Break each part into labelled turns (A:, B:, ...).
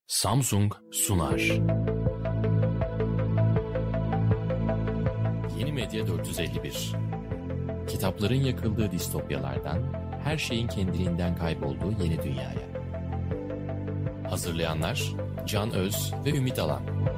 A: Samsung sunar. Yeni Medya 451. Kitapların yakıldığı distopyalardan, her şeyin kendiliğinden kaybolduğu yeni dünyaya. Hazırlayanlar Can Öz ve Ümit Alan.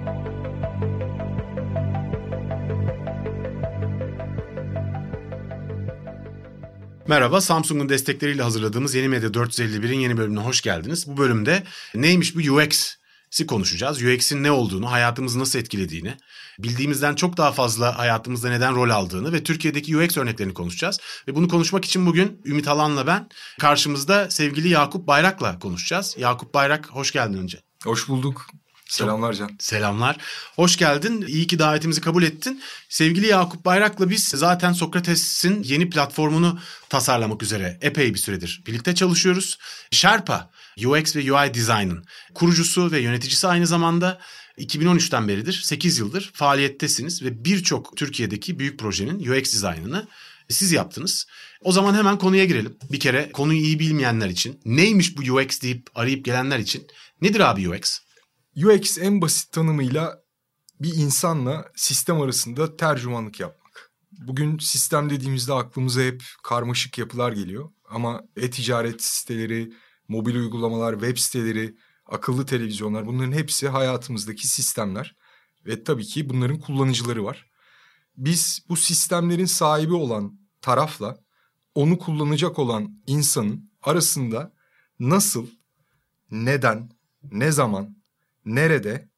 B: Merhaba, Samsung'un destekleriyle hazırladığımız Yeni Medya 451'in yeni bölümüne hoş geldiniz. Bu bölümde neymiş bu UX'i konuşacağız. UX'in ne olduğunu, hayatımızı nasıl etkilediğini, bildiğimizden çok daha fazla hayatımızda neden rol aldığını ve Türkiye'deki UX örneklerini konuşacağız. Ve bunu konuşmak için bugün Ümit Alan'la ben karşımızda sevgili Yakup Bayrak'la konuşacağız. Yakup Bayrak, hoş geldin önce.
C: Hoş bulduk. Selamlar Can.
B: Selamlar. Hoş geldin. İyi ki davetimizi kabul ettin. Sevgili Yakup Bayrak'la biz zaten Sokrates'in yeni platformunu tasarlamak üzere epey bir süredir birlikte çalışıyoruz. Sherpa, UX ve UI Design'ın kurucusu ve yöneticisi aynı zamanda 2013'ten beridir, 8 yıldır faaliyettesiniz ve birçok Türkiye'deki büyük projenin UX dizaynını siz yaptınız. O zaman hemen konuya girelim. Bir kere konuyu iyi bilmeyenler için, neymiş bu UX deyip arayıp gelenler için, nedir abi UX?
C: UX en basit tanımıyla bir insanla sistem arasında tercümanlık yapmak. Bugün sistem dediğimizde aklımıza hep karmaşık yapılar geliyor. Ama e-ticaret siteleri, mobil uygulamalar, web siteleri, akıllı televizyonlar, bunların hepsi hayatımızdaki sistemler. Ve tabii ki bunların kullanıcıları var. Biz bu sistemlerin sahibi olan tarafla onu kullanacak olan insanın arasında nasıl, neden, ne zaman, nerede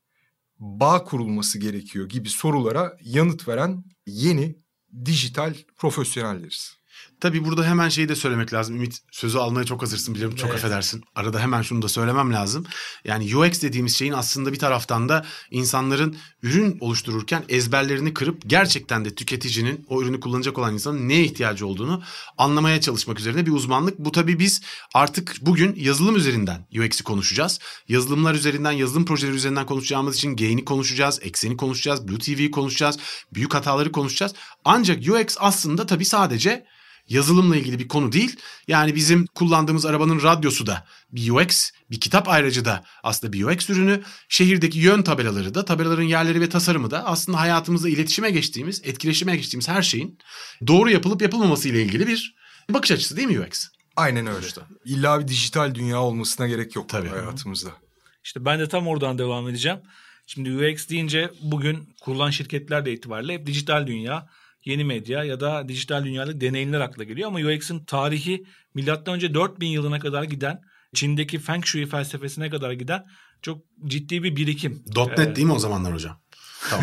C: bağ kurulması gerekiyor gibi sorulara yanıt veren yeni dijital profesyonelleriz.
B: Tabii burada hemen şeyi de söylemek lazım. Ümit, sözü almaya çok hazırsın biliyorum. Çok affedersin. Arada hemen şunu da söylemem lazım. Yani UX dediğimiz şeyin aslında bir taraftan da insanların ürün oluştururken ezberlerini kırıp gerçekten de tüketicinin, o ürünü kullanacak olan insanın neye ihtiyacı olduğunu anlamaya çalışmak üzerine bir uzmanlık. Bu tabii biz artık bugün yazılım üzerinden UX'i konuşacağız. Yazılımlar üzerinden, yazılım projeleri üzerinden konuşacağımız için Gain'i konuşacağız, Excen'i konuşacağız, Blue TV'yi konuşacağız, büyük hataları konuşacağız. Ancak UX aslında tabii sadece yazılımla ilgili bir konu değil. Yani bizim kullandığımız arabanın radyosu da bir UX, bir kitap ayracı da aslında bir UX ürünü. Şehirdeki yön tabelaları da, tabelaların yerleri ve tasarımı da aslında hayatımızda iletişime geçtiğimiz, etkileşime geçtiğimiz her şeyin doğru yapılıp yapılmaması ile ilgili bir bakış açısı değil mi UX?
C: Aynen öyle. İlla bir dijital dünya olmasına gerek yok
B: tabii
C: hayatımızda.
D: İşte ben de tam oradan devam edeceğim. Şimdi UX deyince bugün kurulan şirketler de itibariyle hep dijital dünya, yeni medya ya da dijital dünyada deneyimler akla geliyor. Ama UX'in tarihi milattan önce 4000 yılına kadar giden, Çin'deki Feng Shui felsefesine kadar giden çok ciddi bir birikim.
B: .NET değil mi o zamanlar hocam? Tamam.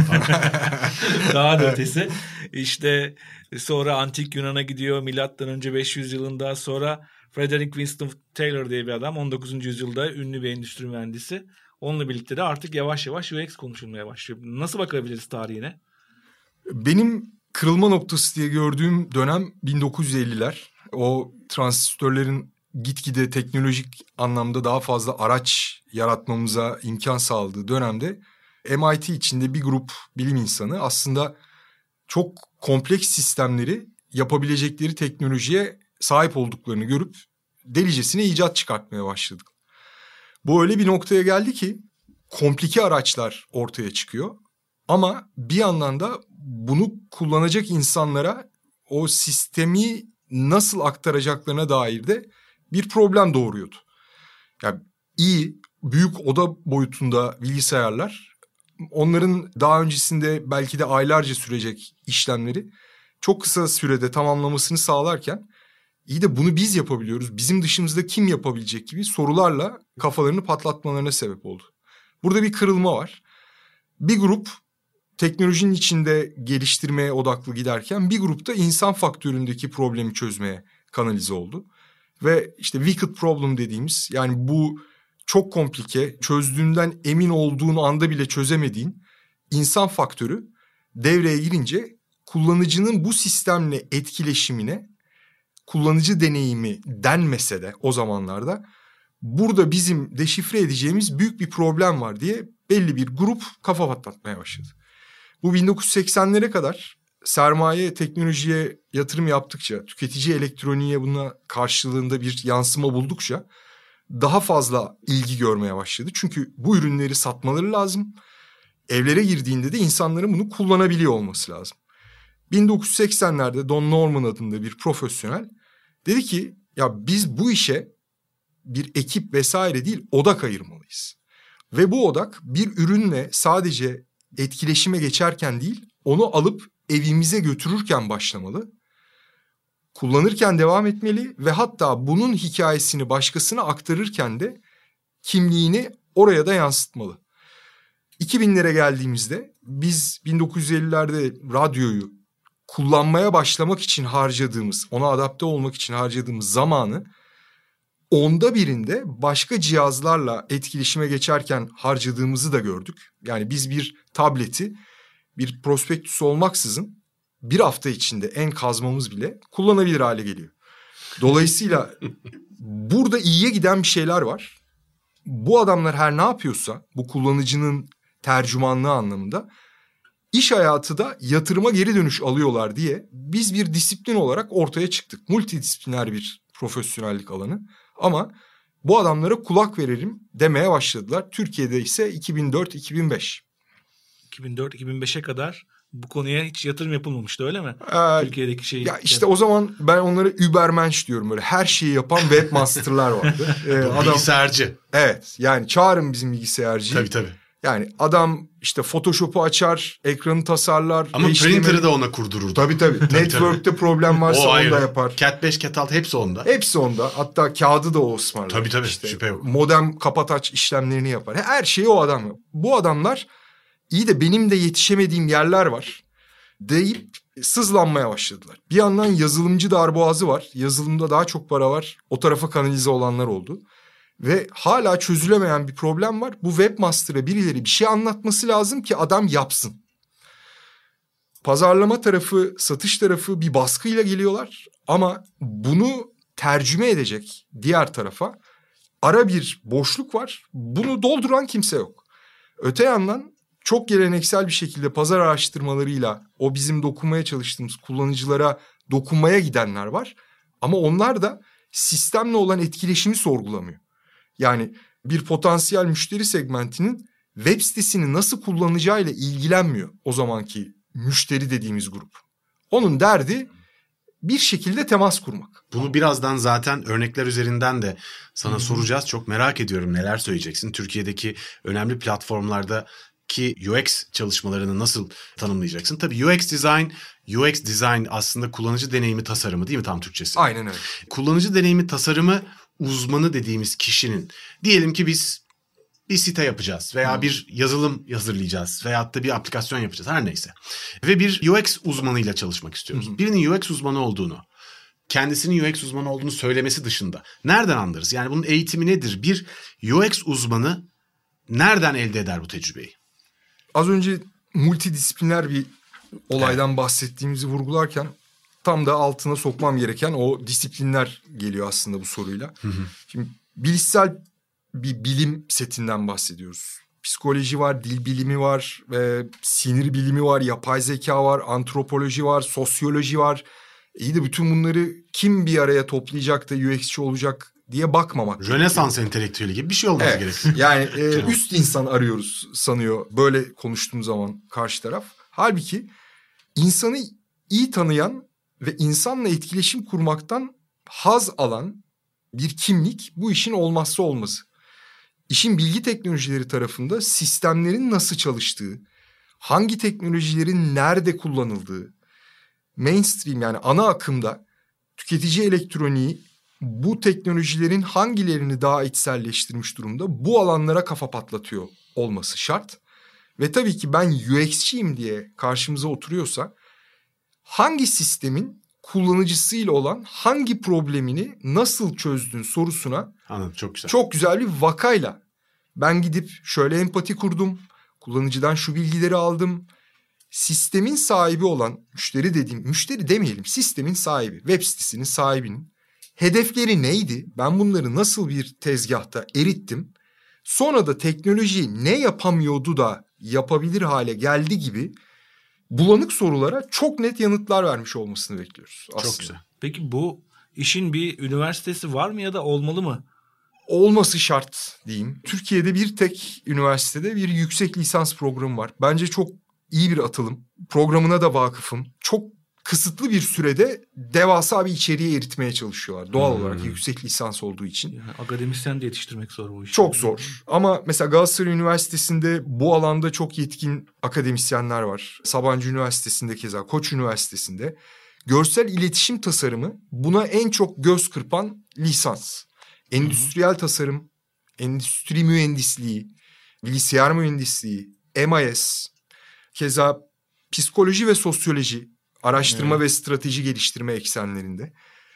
D: Daha da ötesi. İşte sonra Antik Yunan'a gidiyor milattan önce 500 yılında. Sonra Frederick Winston Taylor diye bir adam 19. yüzyılda ünlü bir endüstri mühendisi. Onunla birlikte de artık yavaş yavaş UX konuşulmaya başlıyor. Nasıl bakabiliriz tarihine?
C: Benim kırılma noktası diye gördüğüm dönem 1950'ler. O transistörlerin gitgide teknolojik anlamda daha fazla araç yaratmamıza imkan sağladığı dönemde MIT içinde bir grup bilim insanı aslında çok kompleks sistemleri yapabilecekleri teknolojiye sahip olduklarını görüp delicesine icat çıkartmaya başladık. Bu öyle bir noktaya geldi ki komplike araçlar ortaya çıkıyor. Ama bir yandan da bunu kullanacak insanlara o sistemi nasıl aktaracaklarına dair de bir problem doğuruyordu. Yani iyi, büyük oda boyutunda bilgisayarlar, onların daha öncesinde belki de aylarca sürecek işlemleri çok kısa sürede tamamlamasını sağlarken, iyi de bunu biz yapabiliyoruz, bizim dışımızda kim yapabilecek gibi sorularla kafalarını patlatmalarına sebep oldu. Burada bir kırılma var. Bir grup teknolojinin içinde geliştirmeye odaklı giderken bir grupta insan faktöründeki problemi çözmeye kanalize oldu. Ve işte wicked problem dediğimiz, yani bu çok komplike, çözdüğünden emin olduğun anda bile çözemediğin insan faktörü devreye girince kullanıcının bu sistemle etkileşimine kullanıcı deneyimi denmese de o zamanlarda burada bizim deşifre edeceğimiz büyük bir problem var diye belli bir grup kafa patlatmaya başladı. Bu 1980'lere kadar sermaye teknolojiye yatırım yaptıkça, tüketici elektroniğe buna karşılığında bir yansıma buldukça daha fazla ilgi görmeye başladı. Çünkü bu ürünleri satmaları lazım. Evlere girdiğinde de insanların bunu kullanabiliyor olması lazım. 1980'lerde Don Norman adında bir profesyonel dedi ki ya biz bu işe bir ekip vesaire değil odak ayırmalıyız. Ve bu odak bir ürünle sadece etkileşime geçerken değil onu alıp evimize götürürken başlamalı. Kullanırken devam etmeli ve hatta bunun hikayesini başkasına aktarırken de kimliğini oraya da yansıtmalı. 2000'lere geldiğimizde biz 1950'lerde radyoyu kullanmaya başlamak için harcadığımız, ona adapte olmak için harcadığımız zamanı 1/10'inde başka cihazlarla etkileşime geçerken harcadığımızı da gördük. Yani biz bir tableti bir prospektüs olmaksızın bir hafta içinde en kazmamız bile kullanabilir hale geliyor. Dolayısıyla burada iyiye giden bir şeyler var. Bu adamlar her ne yapıyorsa bu kullanıcının tercümanlığı anlamında iş hayatı da yatırıma geri dönüş alıyorlar diye biz bir disiplin olarak ortaya çıktık. Multidisipliner bir profesyonellik alanı ama bu adamlara kulak verelim demeye başladılar. Türkiye'de ise 2004-2005.
D: 2004-2005'e kadar bu konuya hiç yatırım yapılmamıştı öyle mi? Türkiye'deki şeyi.
C: Ya işte o zaman ben onlara Übermensch diyorum, böyle her şeyi yapan webmasterlar vardı.
B: Bilgisayarcı.
C: Evet, yani çağırın bizim bilgisayarcıyı.
B: Tabii.
C: Yani adam işte Photoshop'u açar, ekranı tasarlar.
B: Ama printer'ı da ona kurdururdu.
C: Tabii. Network'te problem varsa onu da yapar.
B: Cat 5, Cat 6 hepsi onda.
C: Hepsi onda. Hatta kağıdı da o ısmarlar.
B: Tabii
C: işte,
B: şüphe yok.
C: Modem kapat aç işlemlerini yapar. Her şeyi o adam yapar. Bu adamlar iyi de benim de yetişemediğim yerler var deyip sızlanmaya başladılar. Bir yandan yazılımcı darboğazı var. Yazılımda daha çok para var. O tarafa kanalize olanlar oldu. Ve hala çözülemeyen bir problem var. Bu webmaster'a birileri bir şey anlatması lazım ki adam yapsın. Pazarlama tarafı, satış tarafı bir baskıyla geliyorlar. Ama bunu tercüme edecek diğer tarafa ara bir boşluk var. Bunu dolduran kimse yok. Öte yandan çok geleneksel bir şekilde pazar araştırmalarıyla o bizim dokunmaya çalıştığımız kullanıcılara dokunmaya gidenler var. Ama onlar da sistemle olan etkileşimi sorgulamıyor. Yani bir potansiyel müşteri segmentinin web sitesini nasıl kullanacağıyla ilgilenmiyor o zamanki müşteri dediğimiz grup. Onun derdi bir şekilde temas kurmak.
B: Bunu birazdan zaten örnekler üzerinden de sana soracağız. Çok merak ediyorum neler söyleyeceksin. Türkiye'deki önemli platformlardaki UX çalışmalarını nasıl tanımlayacaksın? Tabii UX design aslında kullanıcı deneyimi tasarımı değil mi tam Türkçesi?
C: Aynen öyle.
B: Kullanıcı deneyimi tasarımı uzmanı dediğimiz kişinin, diyelim ki biz bir site yapacağız veya bir yazılım hazırlayacağız veyahut da bir aplikasyon yapacağız, her neyse. Ve bir UX uzmanıyla çalışmak istiyoruz. Birinin UX uzmanı olduğunu, kendisinin UX uzmanı olduğunu söylemesi dışında nereden anlarız? Yani bunun eğitimi nedir? Bir UX uzmanı nereden elde eder bu tecrübeyi?
C: Az önce multidisipliner bir olaydan bahsettiğimizi vurgularken tam da altına sokmam gereken o disiplinler geliyor aslında bu soruyla. Şimdi bilişsel bir bilim setinden bahsediyoruz. Psikoloji var, dil bilimi var, sinir bilimi var, yapay zeka var, antropoloji var, sosyoloji var. İyi de bütün bunları kim bir araya toplayacak da UX'çi olacak diye bakmamak.
B: Rönesans entelektüeli gibi bir şey olması gerekiyor.
C: Yani üst insan arıyoruz sanıyor böyle konuştuğum zaman karşı taraf. Halbuki insanı iyi tanıyan ve insanla etkileşim kurmaktan haz alan bir kimlik bu işin olmazsa olmazı. İşin bilgi teknolojileri tarafında sistemlerin nasıl çalıştığı, hangi teknolojilerin nerede kullanıldığı, mainstream yani ana akımda tüketici elektroniği bu teknolojilerin hangilerini daha içselleştirmiş durumda bu alanlara kafa patlatıyor olması şart. Ve tabii ki ben UX'çiyim diye karşımıza oturuyorsa hangi sistemin kullanıcısıyla olan hangi problemini nasıl çözdün sorusuna
B: anladım, çok güzel.
C: Çok güzel bir vakayla ben gidip şöyle empati kurdum, kullanıcıdan şu bilgileri aldım. Sistemin sahibi olan müşteri demeyelim, sistemin sahibi, web sitesinin sahibinin hedefleri neydi? Ben bunları nasıl bir tezgahta erittim? Sonra da teknoloji ne yapamıyordu da yapabilir hale geldi gibi bulanık sorulara çok net yanıtlar vermiş olmasını bekliyoruz aslında.
B: Çok güzel.
D: Peki bu işin bir üniversitesi var mı ya da olmalı mı?
C: olması şart diyeyim. Türkiye'de bir tek üniversitede bir yüksek lisans programı var. Bence çok iyi bir atılım. Programına da vakıfım. Çok kısıtlı bir sürede devasa bir içeriğe eritmeye çalışıyorlar. Doğal olarak yüksek lisans olduğu için.
D: Yani akademisyen de yetiştirmek zor bu iş.
C: Çok zor. Ama mesela Galatasaray Üniversitesi'nde bu alanda çok yetkin akademisyenler var. Sabancı Üniversitesi'nde keza, Koç Üniversitesi'nde. Görsel iletişim tasarımı buna en çok göz kırpan lisans. Endüstriyel tasarım, endüstri mühendisliği, bilgisayar mühendisliği, MIS, keza psikoloji ve sosyoloji, araştırma ve strateji geliştirme eksenlerinde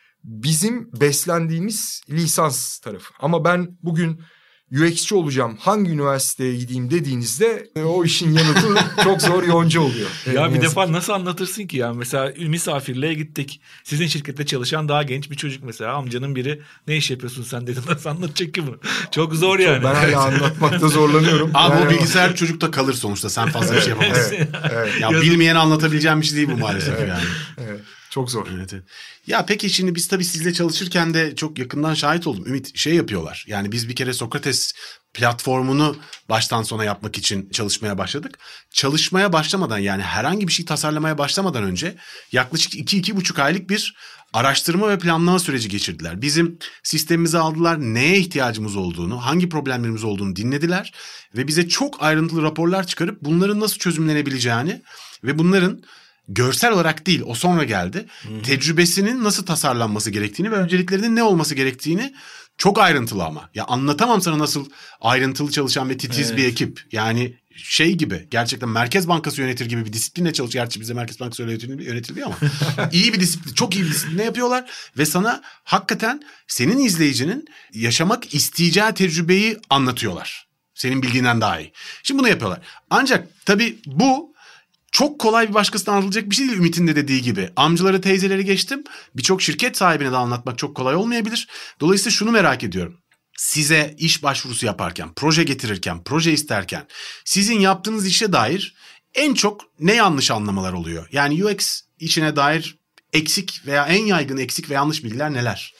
C: bizim beslendiğimiz lisans tarafı. Ama ben bugün UX'çi olacağım, hangi üniversiteye gideyim dediğinizde o işin yanıtı çok zor, yonca oluyor.
D: Ya bir defa nasıl anlatırsın ki ya? Mesela misafirliğe gittik. Sizin şirkette çalışan daha genç bir çocuk mesela. Amcanın biri ne iş yapıyorsun sen dedi. Nasıl anlatacak ki bunu? Çok zor yani.
C: Ben hala anlatmakta zorlanıyorum.
B: Abi
C: yani
B: o bilgisayar çocukta kalır sonuçta. Sen fazla bir şey yapamazsın.
C: Evet.
B: Ya bilmeyen anlatabileceğim bir şey değil bu maalesef yani.
C: Evet. Çok zor.
B: Evet. Ya peki şimdi biz tabii sizle çalışırken de çok yakından şahit oldum. Ümit şey yapıyorlar. Yani biz bir kere Sokrates platformunu baştan sona yapmak için çalışmaya başladık. Çalışmaya başlamadan yani herhangi bir şey tasarlamaya başlamadan önce yaklaşık 2-2,5 aylık bir araştırma ve planlama süreci geçirdiler. Bizim sistemimizi aldılar, neye ihtiyacımız olduğunu, hangi problemlerimiz olduğunu dinlediler ve bize çok ayrıntılı raporlar çıkarıp bunların nasıl çözümlenebileceğini ve bunların görsel olarak değil, o sonra geldi. Tecrübesinin nasıl tasarlanması gerektiğini ve önceliklerinin ne olması gerektiğini çok ayrıntılı ama. Ya anlatamam sana nasıl ayrıntılı çalışan ve titiz bir ekip. Yani şey gibi, gerçekten Merkez Bankası yönetir gibi bir disiplinle çalışıyor. Gerçi bize Merkez Bankası yönetiliyor ama iyi bir disiplin, çok iyi bir disiplinle yapıyorlar ve sana hakikaten senin izleyicinin yaşamak isteyeceği tecrübeyi anlatıyorlar. Senin bildiğinden daha iyi. Şimdi bunu yapıyorlar. Ancak tabii bu çok kolay bir başkasına anlatılacak bir şey değil, Ümit'in de dediği gibi. Amcaları, teyzeleri geçtim. Birçok şirket sahibine de anlatmak çok kolay olmayabilir. Dolayısıyla şunu merak ediyorum. Size iş başvurusu yaparken, proje getirirken, proje isterken sizin yaptığınız işe dair en çok ne yanlış anlamalar oluyor? Yani UX işine dair eksik veya en yaygın eksik ve yanlış bilgiler neler?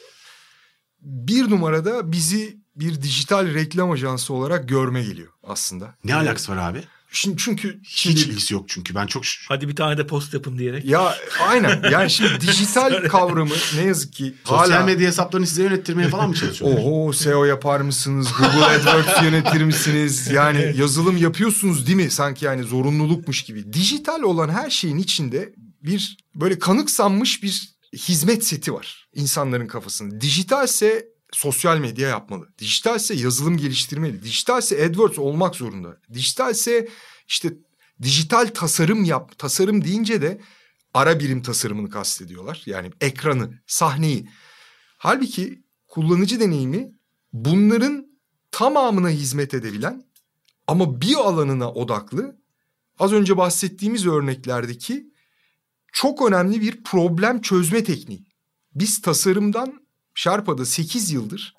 C: Bir numarada bizi bir dijital reklam ajansı olarak görme geliyor aslında.
B: Ne alakası var abi?
C: Çünkü
B: Hiç ilgisi yok çünkü ben çok...
D: Hadi bir tane de post yapın diyerek.
C: Ya aynen yani şimdi dijital kavramı ne yazık ki
B: Sosyal medya hesaplarını size yönettirmeye falan mı çalışıyorlar?
C: Oho SEO yapar mısınız? Google AdWords yönetir misiniz? Yani yazılım yapıyorsunuz değil mi? Sanki yani zorunlulukmuş gibi. Dijital olan her şeyin içinde bir böyle kanıksanmış bir hizmet seti var insanların kafasında. Dijitalse sosyal medya yapmalı. Dijitalse yazılım geliştirmeli. Dijitalse AdWords olmak zorunda. Dijitalse işte dijital tasarım yap. Tasarım deyince de ara birim tasarımını kastediyorlar. Yani ekranı, sahneyi. Halbuki kullanıcı deneyimi bunların tamamına hizmet edebilen ama bir alanına odaklı, az önce bahsettiğimiz örneklerdeki çok önemli bir problem çözme tekniği. Biz tasarımdan Sherpa'da 8 yıldır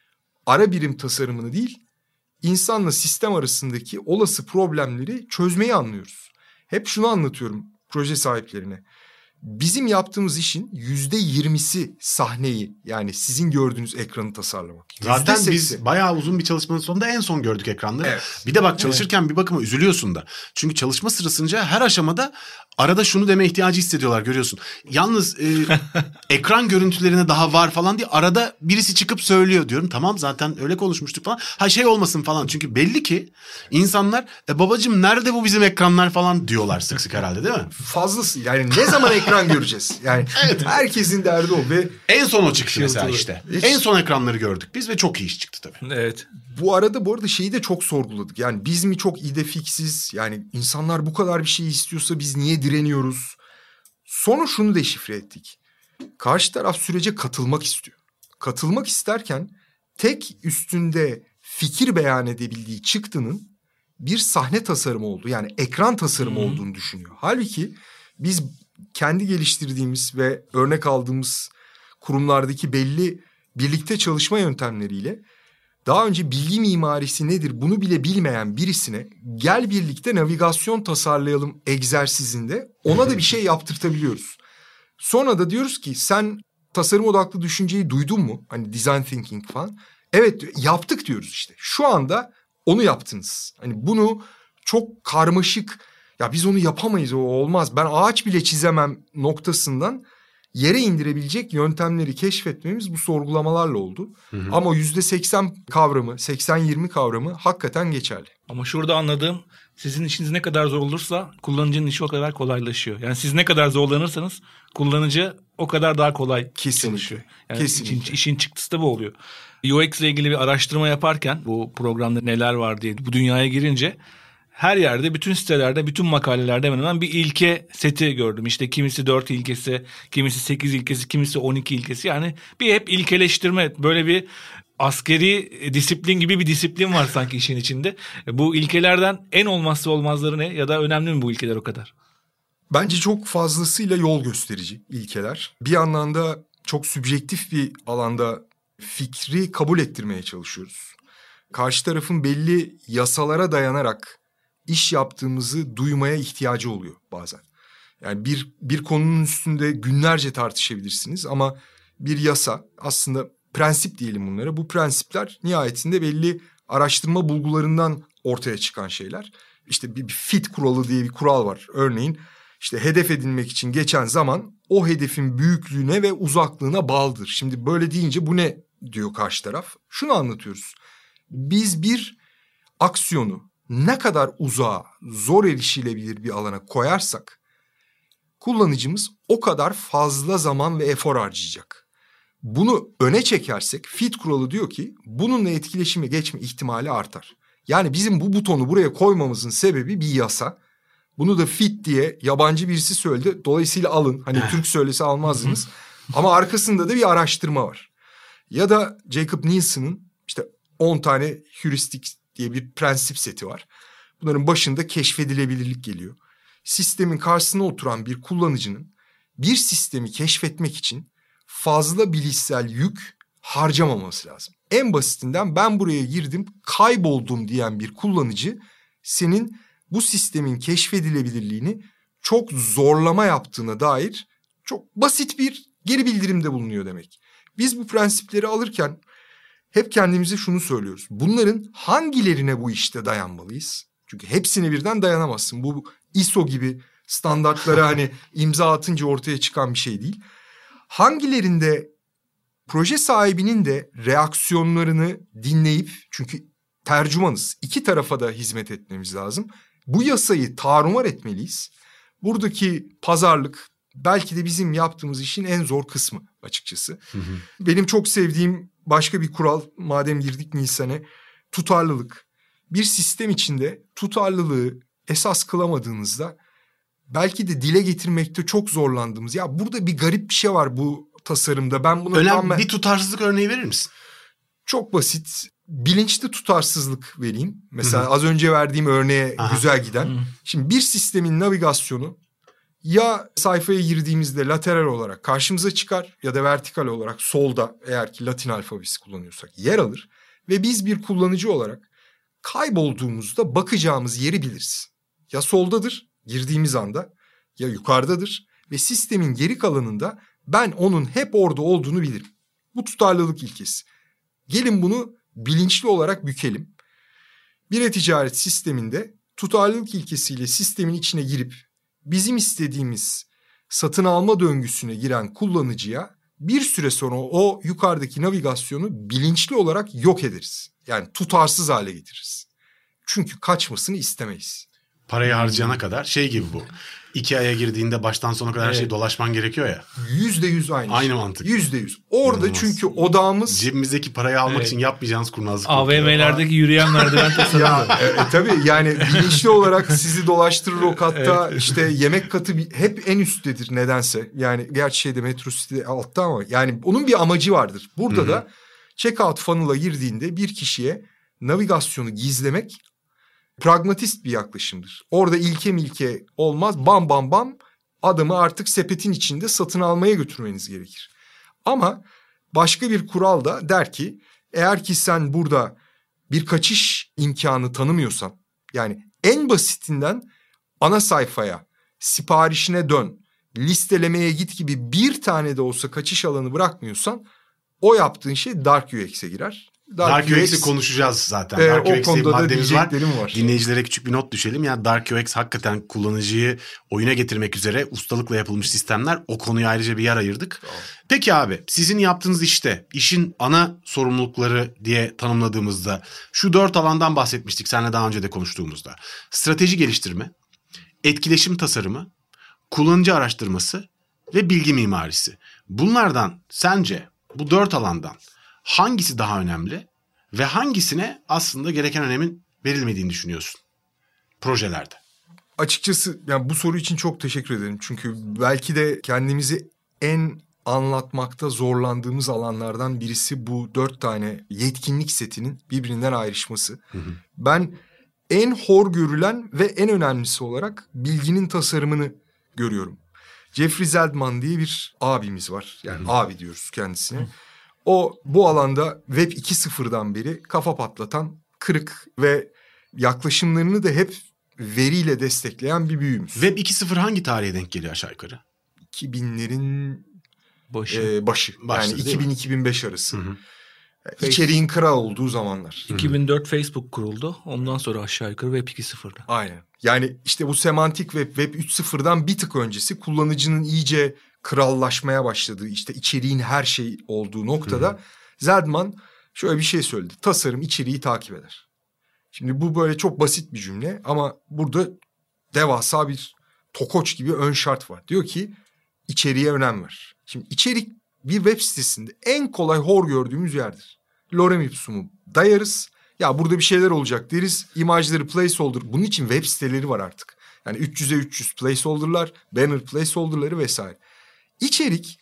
C: ara birim tasarımını değil, insanla sistem arasındaki olası problemleri çözmeyi anlıyoruz. Hep şunu anlatıyorum proje sahiplerine. Bizim yaptığımız işin %20'si sahneyi, yani sizin gördüğünüz ekranı tasarlamak.
B: Zaten
C: %80'i.
B: biz bayağı uzun bir çalışmanın sonunda en son gördük ekranları.
C: Evet.
B: Bir de bak çalışırken bir bakıma üzülüyorsun da. Çünkü çalışma sırasınca her aşamada arada şunu deme ihtiyacı hissediyorlar, görüyorsun. Yalnız ekran görüntülerine daha var falan diye arada birisi çıkıp söylüyor, diyorum. Tamam zaten öyle konuşmuştuk falan. Ha şey olmasın falan. Çünkü belli ki insanlar babacığım nerede bu bizim ekranlar falan diyorlar sık sık herhalde, değil mi?
C: Fazlası yani ne zaman ekran göreceğiz? Yani herkesin derdi o ve
B: En son o çıktı mesela
D: Şıltılı.
B: işte. En son ekranları gördük biz ve çok iyi iş çıktı tabii.
D: Evet.
C: bu arada şeyi de çok sorguladık. Yani biz mi çok idefiksiz? Yani insanlar bu kadar bir şey istiyorsa biz niye direniyoruz? Sonra şunu deşifre ettik. Karşı taraf sürece katılmak istiyor. Katılmak isterken tek üstünde fikir beyan edebildiği çıktının bir sahne tasarımı olduğu, yani ekran tasarımı olduğunu düşünüyor. Halbuki biz kendi geliştirdiğimiz ve örnek aldığımız kurumlardaki belli birlikte çalışma yöntemleriyle daha önce bilgi mimarisi nedir bunu bile bilmeyen birisine gel birlikte navigasyon tasarlayalım egzersizinde ona da bir şey yaptırtabiliyoruz. Sonra da diyoruz ki sen tasarım odaklı düşünceyi duydun mu? Hani design thinking falan. Evet, yaptık diyoruz işte. Şu anda onu yaptınız. Hani bunu çok karmaşık, ya biz onu yapamayız, o olmaz, ben ağaç bile çizemem noktasından yere indirebilecek yöntemleri keşfetmemiz bu sorgulamalarla oldu. Ama %80 kavramı, 80-20 kavramı hakikaten geçerli.
D: Ama şurada anladığım, sizin işiniz ne kadar zor olursa kullanıcının işi o kadar kolaylaşıyor. Yani siz ne kadar zorlanırsanız kullanıcı o kadar daha kolay çalışıyor. Yani
C: Kesinlikle.
D: işin çıktısı da bu oluyor. UX ile ilgili bir araştırma yaparken bu programda neler var diye bu dünyaya girince her yerde, bütün sitelerde, bütün makalelerde hemen hemen bir ilke seti gördüm. İşte kimisi 4 ilkesi, kimisi 8 ilkesi, kimisi 12 ilkesi. Yani bir hep ilkeleştirme, böyle bir askeri disiplin gibi bir disiplin var sanki işin içinde. Bu ilkelerden en olmazsa olmazları ne, ya da önemli mi bu ilkeler o kadar?
C: Bence çok fazlasıyla yol gösterici ilkeler. Bir yandan da çok sübjektif bir alanda fikri kabul ettirmeye çalışıyoruz. Karşı tarafın belli yasalara dayanarak iş yaptığımızı duymaya ihtiyacı oluyor bazen. Yani bir konunun üstünde günlerce tartışabilirsiniz ama bir yasa, aslında prensip diyelim bunlara. Bu prensipler nihayetinde belli araştırma bulgularından ortaya çıkan şeyler. İşte bir fit kuralı diye bir kural var. Örneğin işte hedef edinmek için geçen zaman o hedefin büyüklüğüne ve uzaklığına bağlıdır. Şimdi böyle deyince bu ne diyor karşı taraf? Şunu anlatıyoruz. Biz bir aksiyonu ne kadar uzağa, zor erişilebilir bir alana koyarsak kullanıcımız o kadar fazla zaman ve efor harcayacak. Bunu öne çekersek fit kuralı diyor ki bununla etkileşime geçme ihtimali artar. Yani bizim bu butonu buraya koymamızın sebebi bir yasa. Bunu da fit diye yabancı birisi söyledi. Dolayısıyla alın. Hani Türk söylese almazdınız. Ama arkasında da bir araştırma var. Ya da Jacob Nielsen'ın işte 10 tane heuristik diye bir prensip seti var. Bunların başında keşfedilebilirlik geliyor. Sistemin karşısına oturan bir kullanıcının bir sistemi keşfetmek için fazla bilişsel yük harcamaması lazım. En basitinden ben buraya girdim, kayboldum diyen bir kullanıcı senin bu sistemin keşfedilebilirliğini çok zorlama yaptığına dair çok basit bir geri bildirimde bulunuyor demek. Biz bu prensipleri alırken hep kendimize şunu söylüyoruz. Bunların hangilerine bu işte dayanmalıyız? Çünkü hepsine birden dayanamazsın. Bu ISO gibi standartlara hani imza atınca ortaya çıkan bir şey değil. Hangilerinde proje sahibinin de reaksiyonlarını dinleyip, çünkü tercümanız, iki tarafa da hizmet etmemiz lazım. Bu yasayı tarumar etmeliyiz. Buradaki pazarlık belki de bizim yaptığımız işin en zor kısmı açıkçası. Benim çok sevdiğim başka bir kural, madem girdik Nisan'e, tutarlılık. Bir sistem içinde tutarlılığı esas kılamadığınızda belki de dile getirmekte çok zorlandığımız, ya burada bir garip bir şey var bu tasarımda, ben bunu
B: bir tutarsızlık örneği verir misin?
C: Çok basit. Bilinçli tutarsızlık vereyim. Mesela az önce verdiğim örneğe güzel giden. Şimdi bir sistemin navigasyonu ya sayfaya girdiğimizde lateral olarak karşımıza çıkar ya da vertikal olarak solda, eğer ki Latin alfabesi kullanıyorsak, yer alır. Ve biz bir kullanıcı olarak kaybolduğumuzda bakacağımız yeri biliriz. Ya soldadır girdiğimiz anda, ya yukarıdadır ve sistemin geri kalanında ben onun hep orada olduğunu bilirim. Bu tutarlılık ilkesi. Gelin bunu bilinçli olarak bükelim. Bir e-ticaret sisteminde tutarlılık ilkesiyle sistemin içine girip bizim istediğimiz satın alma döngüsüne giren kullanıcıya bir süre sonra o yukarıdaki navigasyonu bilinçli olarak yok ederiz. Yani tutarsız hale getiririz. Çünkü kaçmasını istemeyiz.
B: Parayı harcayana kadar şey gibi bu. IKEA'ya girdiğinde baştan sona kadar her şeyi dolaşman gerekiyor ya.
C: %100 aynı.
B: Aynı mantık.
C: %100. Orada İnanılmaz. Çünkü odağımız...
B: Cebimizdeki parayı almak için yapmayacağınız kurnazlık.
D: AVM'lerdeki yürüyen merdiven tasarımı.
C: Tabii yani bilinçli olarak sizi dolaştırır o katta. İşte yemek katı hep en üsttedir nedense. Yani gerçi Metro City'de altta ama yani onun bir amacı vardır. Burada da checkout funnel'a girdiğinde bir kişiye navigasyonu gizlemek pragmatist bir yaklaşımdır. Orada ilke olmaz, bam bam bam adamı artık sepetin içinde satın almaya götürmeniz gerekir. Ama başka bir kural da der ki, eğer ki sen burada bir kaçış imkanı tanımıyorsan, yani en basitinden ana sayfaya, siparişine dön, listelemeye git gibi bir tane de olsa kaçış alanı bırakmıyorsan, o yaptığın şey Dark UX'e girer.
B: Dark UX'i konuşacağız zaten. Dark
C: o
B: UX diye bir
C: konuda da
B: maddemiz var.
C: diyeceklerim var.
B: Dinleyicilere küçük bir not düşelim. Yani Dark UX hakikaten kullanıcıyı oyuna getirmek üzere ustalıkla yapılmış sistemler. O konuya ayrıca bir yer ayırdık.
C: Tamam.
B: Peki abi, sizin yaptığınız işte işin ana sorumlulukları diye tanımladığımızda şu 4 alandan bahsetmiştik seninle daha önce de konuştuğumuzda. Strateji geliştirme, etkileşim tasarımı, kullanıcı araştırması ve bilgi mimarisi. Bunlardan sence bu 4 alandan hangisi daha önemli ve hangisine aslında gereken önemin verilmediğini düşünüyorsun projelerde?
C: Açıkçası yani bu soru için çok teşekkür ederim. Çünkü belki de kendimizi en anlatmakta zorlandığımız alanlardan birisi bu 4 tane yetkinlik setinin birbirinden ayrışması. Ben en hor görülen ve en önemlisi olarak bilginin tasarımını görüyorum. Jeffrey Zeldman diye bir abimiz var. Yani abi diyoruz kendisine. O bu alanda Web 2.0'dan beri kafa patlatan, kırık ve yaklaşımlarını da hep veriyle destekleyen bir büyüğümüz.
B: Web 2.0 hangi tarihe denk geliyor aşağı yukarı?
C: 2000'lerin başı.
B: Başta,
C: Yani
B: değil mi?
C: 2000-2005 arası. İçeriğin kral olduğu zamanlar.
D: 2004 Facebook kuruldu. Ondan sonra aşağı yukarı Web 2.0'da.
C: Aynen. Yani işte bu semantik Web 3.0'dan bir tık öncesi kullanıcının iyice krallaşmaya başladığı, işte içeriğin her şey olduğu noktada Zeldman şöyle bir şey söyledi. Tasarım içeriği takip eder. Şimdi bu böyle çok basit bir cümle ama burada devasa bir tokoç gibi ön şart var. Diyor ki içeriğe önem ver. Şimdi içerik bir web sitesinde en kolay hor gördüğümüz yerdir. Lorem ipsum'u dayarız. Ya burada bir şeyler olacak deriz. İmajları placeholder. Bunun için web siteleri var artık. Yani 300'e 300 placeholder'lar, banner placeholder'ları vesaire. İçerik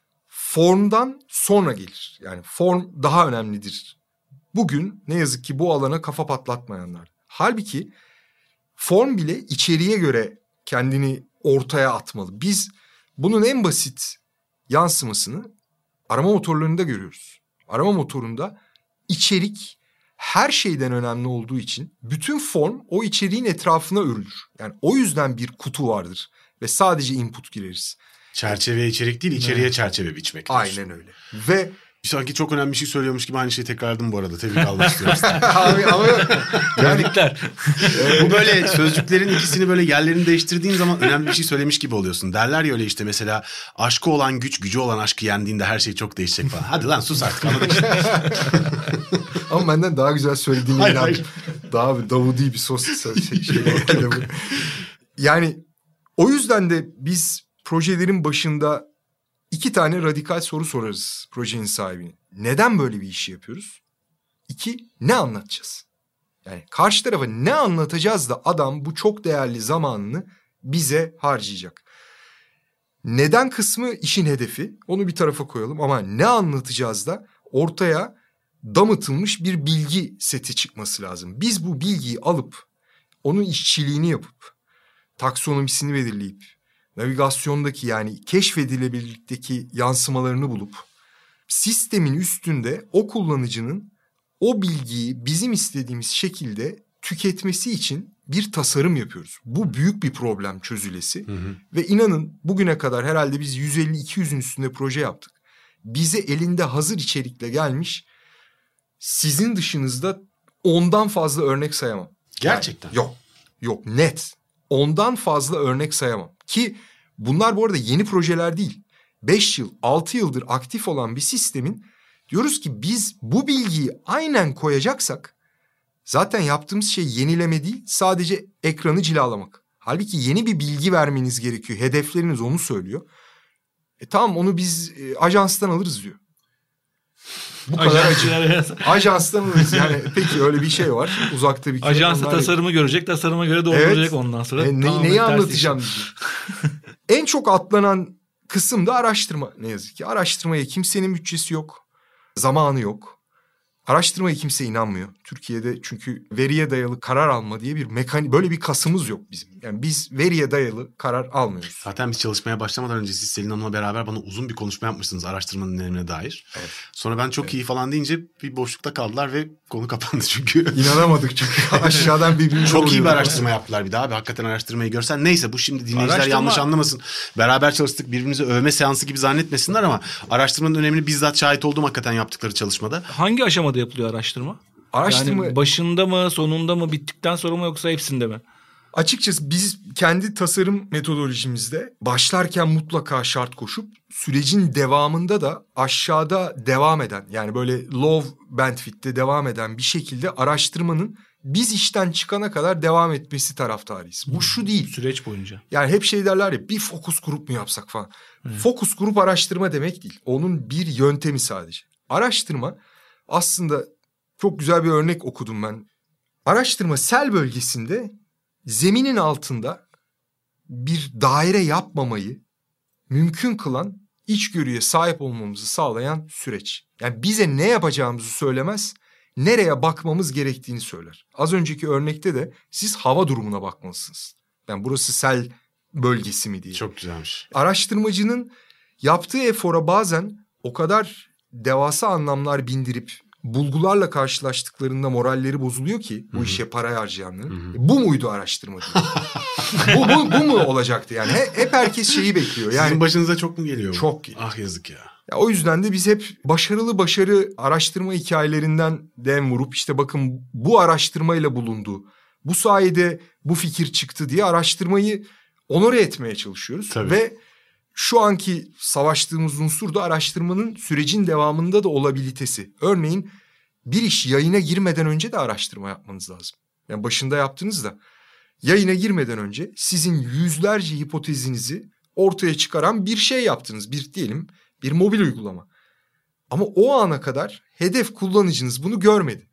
C: formdan sonra gelir. Yani form daha önemlidir. Bugün ne yazık ki bu alana kafa patlatmayanlar. Halbuki form bile içeriğe göre kendini ortaya atmalı. Biz bunun en basit yansımasını arama motorlarında görüyoruz. Arama motorunda içerik her şeyden önemli olduğu için bütün form o içeriğin etrafına örülür. Yani o yüzden bir kutu vardır ve sadece input gireriz.
B: Çerçeveye içerik değil, içeriye çerçeve biçmek diyorsun.
C: Aynen öyle. Ve
B: sanki çok önemli bir şey söylüyormuş gibi aynı şeyi tekrarladım bu arada. Tebrik almak istiyorum.
C: ama
D: Gördükler.
B: Bu böyle sözcüklerin ikisini böyle yerlerini değiştirdiğin zaman önemli bir şey söylemiş gibi oluyorsun. Derler ya öyle işte mesela aşkı olan güç, gücü olan aşkı yendiğinde her şey çok değişecek falan. Hadi lan sus artık anladık işte.
C: ama benden daha güzel söylediğine
B: Hayır,
C: inan.
B: hayır.
C: Daha bir Davudi bir Yani o yüzden de biz projelerin başında 2 tane radikal soru sorarız projenin sahibine. Neden böyle bir işi yapıyoruz? 2, ne anlatacağız? Yani karşı tarafa ne anlatacağız da adam bu çok değerli zamanını bize harcayacak. Neden kısmı işin hedefi. Onu bir tarafa koyalım ama ne anlatacağız da ortaya damıtılmış bir bilgi seti çıkması lazım. Biz bu bilgiyi alıp onun işçiliğini yapıp taksonomisini belirleyip navigasyondaki yani keşfedilebilirlikteki yansımalarını bulup sistemin üstünde o kullanıcının o bilgiyi bizim istediğimiz şekilde tüketmesi için bir tasarım yapıyoruz. Bu büyük bir problem çözülesi. Ve inanın bugüne kadar herhalde biz 150-200'ün üstünde proje yaptık. Bize elinde hazır içerikle gelmiş, sizin dışınızda 10'dan fazla örnek sayamam.
B: Gerçekten.
C: Yani, yok net. 10'dan fazla örnek sayamam. Ki bunlar bu arada yeni projeler değil. 5 yıl, 6 yıldır aktif olan bir sistemin diyoruz ki biz bu bilgiyi aynen koyacaksak zaten yaptığımız şey yenileme değil, sadece ekranı cilalamak. Halbuki yeni bir bilgi vermeniz gerekiyor. Hedefleriniz onu söylüyor. Tamam onu biz ajanstan alırız diyor. Bu kadar ajanstan alırız. Yani peki öyle bir şey var. Uzakta bir
D: Ajansı tasarımı görecek, tasarıma göre dolduracak ondan sonra.
C: Neyi anlatacağım diyecek. En çok atlanan kısım da araştırma ne yazık ki. Araştırmaya kimsenin bütçesi yok. Zamanı yok. Araştırmaya kimse inanmıyor. Türkiye'de çünkü veriye dayalı karar alma diye bir böyle bir kasımız yok bizim. Yani biz veriye dayalı karar almıyoruz.
B: Zaten biz çalışmaya başlamadan önce siz Selin Hanım'la beraber bana uzun bir konuşma yapmışsınız araştırmanın önemine dair.
C: Evet.
B: Sonra ben çok iyi falan deyince bir boşlukta kaldılar ve konu kapandı çünkü.
C: İnanamadık çünkü aşağıdan birbirimize
B: çok iyi bir araştırma yaptılar bir daha abi. Hakikaten araştırmayı görsen. Neyse bu şimdi dinleyiciler yanlış anlamasın. Beraber çalıştık, birbirimize övme seansı gibi zannetmesinler ama araştırmanın önemini bizzat şahit olduğum hakikaten yaptıkları çalışmada.
D: Hangi aşamada aşamada yapılıyor araştırma?
C: Araştırma
D: Yani başında mı, sonunda mı, bittikten sonra mı yoksa hepsinde mi?
C: açıkçası biz kendi tasarım metodolojimizde başlarken mutlaka şart koşup sürecin devamında da aşağıda devam eden, yani böyle low bandwidth'te devam eden bir şekilde araştırmanın biz işten çıkana kadar devam etmesi taraftarıyız. Bu şu değil.
D: Süreç boyunca.
C: Yani hep şey derler ya, bir fokus grup mu yapsak falan. Fokus grup araştırma demek değil. Onun bir yöntemi sadece. Araştırma aslında çok güzel bir örnek okudum ben. Araştırma sel bölgesinde zeminin altında bir daire yapmamayı mümkün kılan içgörüye sahip olmamızı sağlayan süreç. Yani bize ne yapacağımızı söylemez, nereye bakmamız gerektiğini söyler. Az önceki örnekte de siz hava durumuna bakmalısınız. Yani burası sel bölgesi mi diye.
B: Çok güzelmiş.
C: Araştırmacının yaptığı efora bazen o kadar devasa anlamlar bindirip bulgularla karşılaştıklarında moralleri bozuluyor ki bu işe para harcayanların. Bu muydu araştırmacı? bu mu olacaktı yani? Hep herkes şeyi bekliyor. Yani
B: sizin başınıza çok mu geliyor?
C: Çok geliyor.
B: Ah yazık ya.
C: O yüzden de biz hep başarı araştırma hikayelerinden dem vurup işte bakın bu araştırmayla bulundu. Bu sayede bu fikir çıktı diye araştırmayı onore etmeye çalışıyoruz.
B: Tabii.
C: Ve şu anki savaştığımız unsur da araştırmanın sürecin devamında da olabilitesi. Örneğin bir iş yayına girmeden önce de araştırma yapmanız lazım. Yani başında yaptığınızda yayına girmeden önce sizin yüzlerce hipotezinizi ortaya çıkaran bir şey yaptınız. Bir mobil uygulama. Ama o ana kadar hedef kullanıcınız bunu görmedi.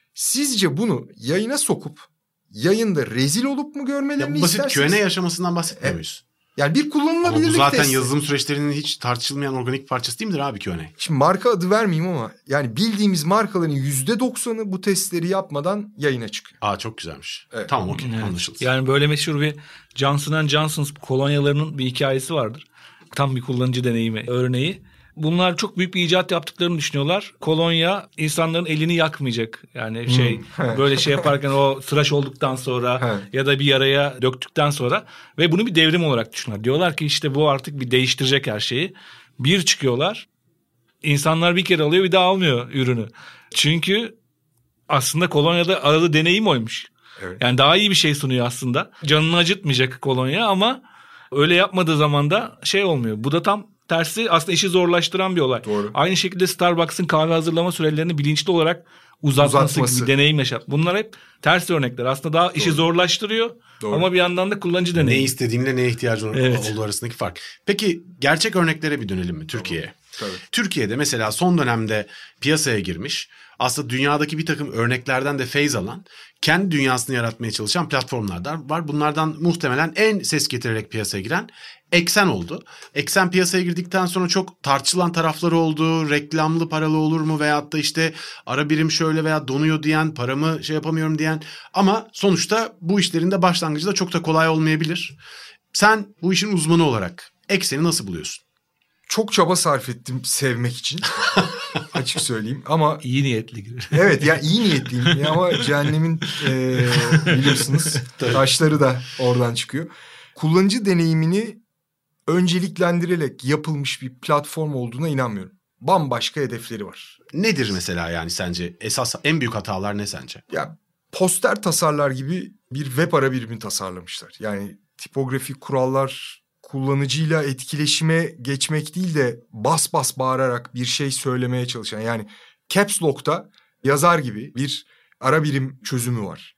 C: Sizce bunu yayına sokup yayında rezil olup mu görmelerini
B: Basit
C: istersiniz?
B: Q&A aşamasından bahsetmiyor muyuz?
C: Yani bir
B: Ama
C: kullanılabilirlik
B: bu zaten
C: testi.
B: yazılım süreçlerinin hiç tartışılmayan organik parçası değil midir abi Q&A?
C: Şimdi marka adı vermeyeyim ama yani bildiğimiz markaların %90'ı bu testleri yapmadan yayına çıkıyor.
B: Aa çok güzelmiş.
C: Evet.
B: Tamam okey
D: Evet.
B: anlaşıldı.
D: Yani böyle meşhur bir Johnson & Johnson kolonyalarının bir hikayesi vardır. Tam bir kullanıcı deneyimi örneği. Bunlar çok büyük bir icat yaptıklarını düşünüyorlar. Kolonya insanların elini yakmayacak. Yani böyle şey yaparken o tıraş olduktan sonra ya da bir yaraya döktükten sonra ve bunu bir devrim olarak düşünüyorlar. Diyorlar ki işte bu artık bir değiştirecek her şeyi. Bir çıkıyorlar. İnsanlar bir kere alıyor bir daha almıyor ürünü. Çünkü aslında kolonyada aradığı deneyim oymuş.
C: Evet.
D: Yani daha iyi bir şey sunuyor aslında. Canını acıtmayacak kolonya ama öyle yapmadığı zaman da şey olmuyor. Bu da tam tersi aslında işi zorlaştıran bir olay.
C: Doğru.
D: Aynı şekilde Starbucks'ın kahve hazırlama sürelerini bilinçli olarak uzatması gibi bir deneyim yaşat. Bunlar hep ters örnekler. Aslında daha işi zorlaştırıyor.
C: Doğru.
D: Ama bir yandan da kullanıcı
B: Ne
D: deneyimi.
B: istediğinle neye ihtiyacın olduğu arasındaki fark. Peki gerçek örneklere bir dönelim mi Türkiye'ye?
C: Tabii.
B: Türkiye'de mesela son dönemde piyasaya girmiş, aslında dünyadaki bir takım örneklerden de feyz alan, kendi dünyasını yaratmaya çalışan platformlar var. Bunlardan muhtemelen en ses getirerek piyasaya giren Eksen oldu. Eksen piyasaya girdikten sonra çok tartışılan tarafları oldu. Reklamlı paralı olur mu veyahut da işte ara birim şöyle veya donuyor diyen, paramı yapamıyorum diyen. Ama sonuçta bu işlerin de başlangıcı da çok da kolay olmayabilir. Sen bu işin uzmanı olarak Eksen'i nasıl buluyorsun?
C: Çok çaba sarf ettim sevmek için. Açık söyleyeyim ama
D: İyi niyetli gibi.
C: evet ya iyi niyetliyim ama cehennemin biliyorsunuz taşları da oradan çıkıyor. Kullanıcı deneyimini önceliklendirerek yapılmış bir platform olduğuna inanmıyorum. Bambaşka hedefleri var.
B: Nedir mesela yani sence? Esas en büyük hatalar ne sence?
C: Ya poster tasarlar gibi bir web ara birimi tasarlamışlar. Yani tipografik kurallar, kullanıcıyla etkileşime geçmek değil de bas bas bağırarak bir şey söylemeye çalışan, yani Caps Lock'ta yazar gibi bir ara birim çözümü var.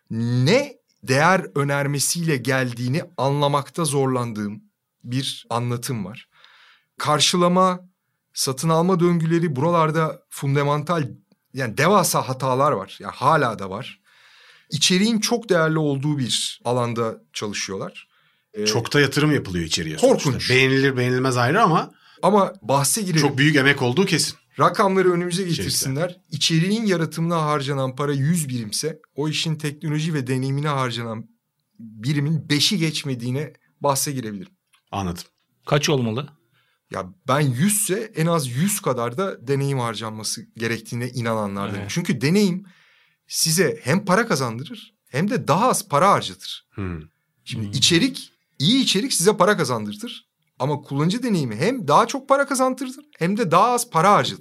C: Ne değer önermesiyle geldiğini anlamakta zorlandığım bir anlatım var. Karşılama, satın alma döngüleri, buralarda fundamental, yani devasa hatalar var. Yani hala da var. İçeriğin çok değerli olduğu bir alanda çalışıyorlar.
B: Çok da yatırım yapılıyor içeriye.
C: Korkunç.
B: Sonuçta. Beğenilir beğenilmez ayrı ama
C: bahse girelim.
B: çok büyük emek olduğu kesin.
C: Rakamları önümüze getirsinler. İçeriğin yaratımına harcanan para 100 birimse o işin teknoloji ve deneyimine harcanan birimin 5'i geçmediğine bahse girebilirim.
B: Anladım.
D: Kaç olmalı?
C: Ya ben 100'se en az 100 kadar da deneyim harcanması gerektiğine inananlardanım.
D: Evet.
C: Çünkü deneyim size hem para kazandırır hem de daha az para harcatır. Şimdi iyi içerik size para kazandırtır. Ama kullanıcı deneyimi hem daha çok para kazandırır hem de daha az para harcatır.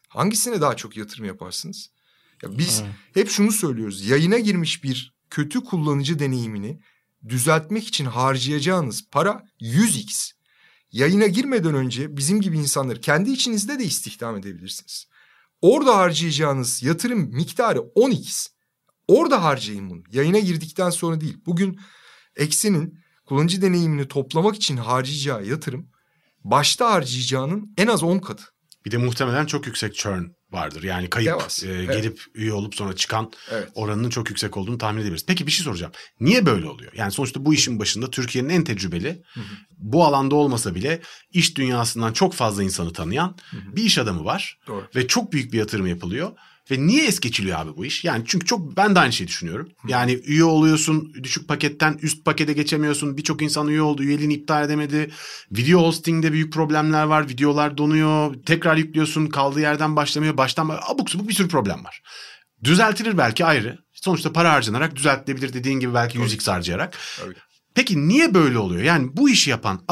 C: Hangisine daha çok yatırım yaparsınız? Ya biz hep şunu söylüyoruz. Yayına girmiş bir kötü kullanıcı deneyimini düzeltmek için harcayacağınız para 100x. Yayına girmeden önce bizim gibi insanları kendi içinizde de istihdam edebilirsiniz. Orada harcayacağınız yatırım miktarı 10x. Orada harcayın bunu. Yayına girdikten sonra değil. Bugün Eksen'in kullanıcı deneyimini toplamak için harcayacağı yatırım başta harcayacağının en az 10 katı.
B: Bir de muhtemelen çok yüksek churn vardır. Yani kayıp gelip üye olup sonra çıkan oranının çok yüksek olduğunu tahmin edebiliriz. Peki bir şey soracağım. Niye böyle oluyor? Yani sonuçta bu işin başında Türkiye'nin en tecrübeli, bu alanda olmasa bile iş dünyasından çok fazla insanı tanıyan bir iş adamı var.
C: Doğru.
B: Ve çok büyük bir yatırım yapılıyor. Ve niye es geçiliyor abi bu iş? Yani çünkü ben de aynı şeyi düşünüyorum. Yani üye oluyorsun, düşük paketten üst pakete geçemiyorsun. Birçok insan üye oldu, üyeliğini iptal edemedi. Video hosting'de büyük problemler var. Videolar donuyor. Tekrar yüklüyorsun, kaldığı yerden başlamıyor. Abuk subuk bir sürü problem var. Düzeltilir belki ayrı. Sonuçta para harcanarak düzeltilebilir, dediğin gibi belki 100x harcayarak.
C: Tabii.
B: Peki niye böyle oluyor? Yani bu işi yapan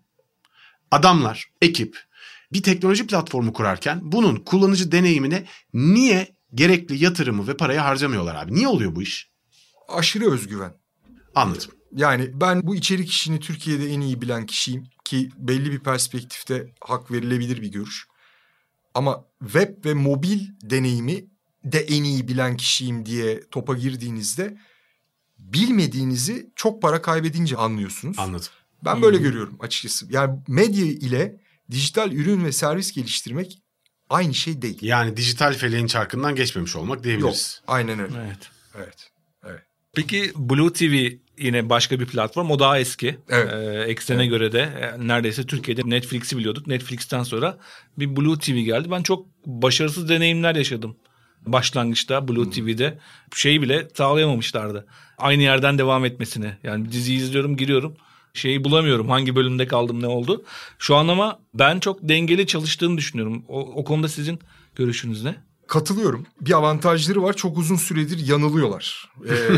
B: adamlar, ekip bir teknoloji platformu kurarken bunun kullanıcı deneyimine niye gerekli yatırımı ve parayı harcamıyorlar abi? Niye oluyor bu iş?
C: Aşırı özgüven.
B: Anladım.
C: Yani ben bu içerik işini Türkiye'de en iyi bilen kişiyim ki belli bir perspektifte hak verilebilir bir görüş. Ama web ve mobil deneyimi de en iyi bilen kişiyim diye topa girdiğinizde bilmediğinizi çok para kaybedince anlıyorsunuz.
B: Anladım.
C: Ben böyle görüyorum açıkçası. Yani medya ile dijital ürün ve servis geliştirmek aynı şey değil.
B: Yani dijital feleğin çarkından geçmemiş olmak diyebiliriz.
C: Yok, aynen öyle.
D: Evet.
C: Evet.
D: Peki Blue TV yine başka bir platform. O daha eski.
C: Evet.
D: Eksen'e göre de neredeyse Türkiye'de Netflix'i biliyorduk. Netflix'ten sonra bir Blue TV geldi. Ben çok başarısız deneyimler yaşadım. Başlangıçta Blue TV'de şeyi bile sağlayamamışlardı. Aynı yerden devam etmesini. Yani diziyi izliyorum, giriyorum. Şeyi bulamıyorum. Hangi bölümde kaldım, ne oldu? Şu an ama ben çok dengeli çalıştığını düşünüyorum. O konuda sizin görüşünüz ne?
C: Katılıyorum. Bir avantajları var. Çok uzun süredir yanılıyorlar.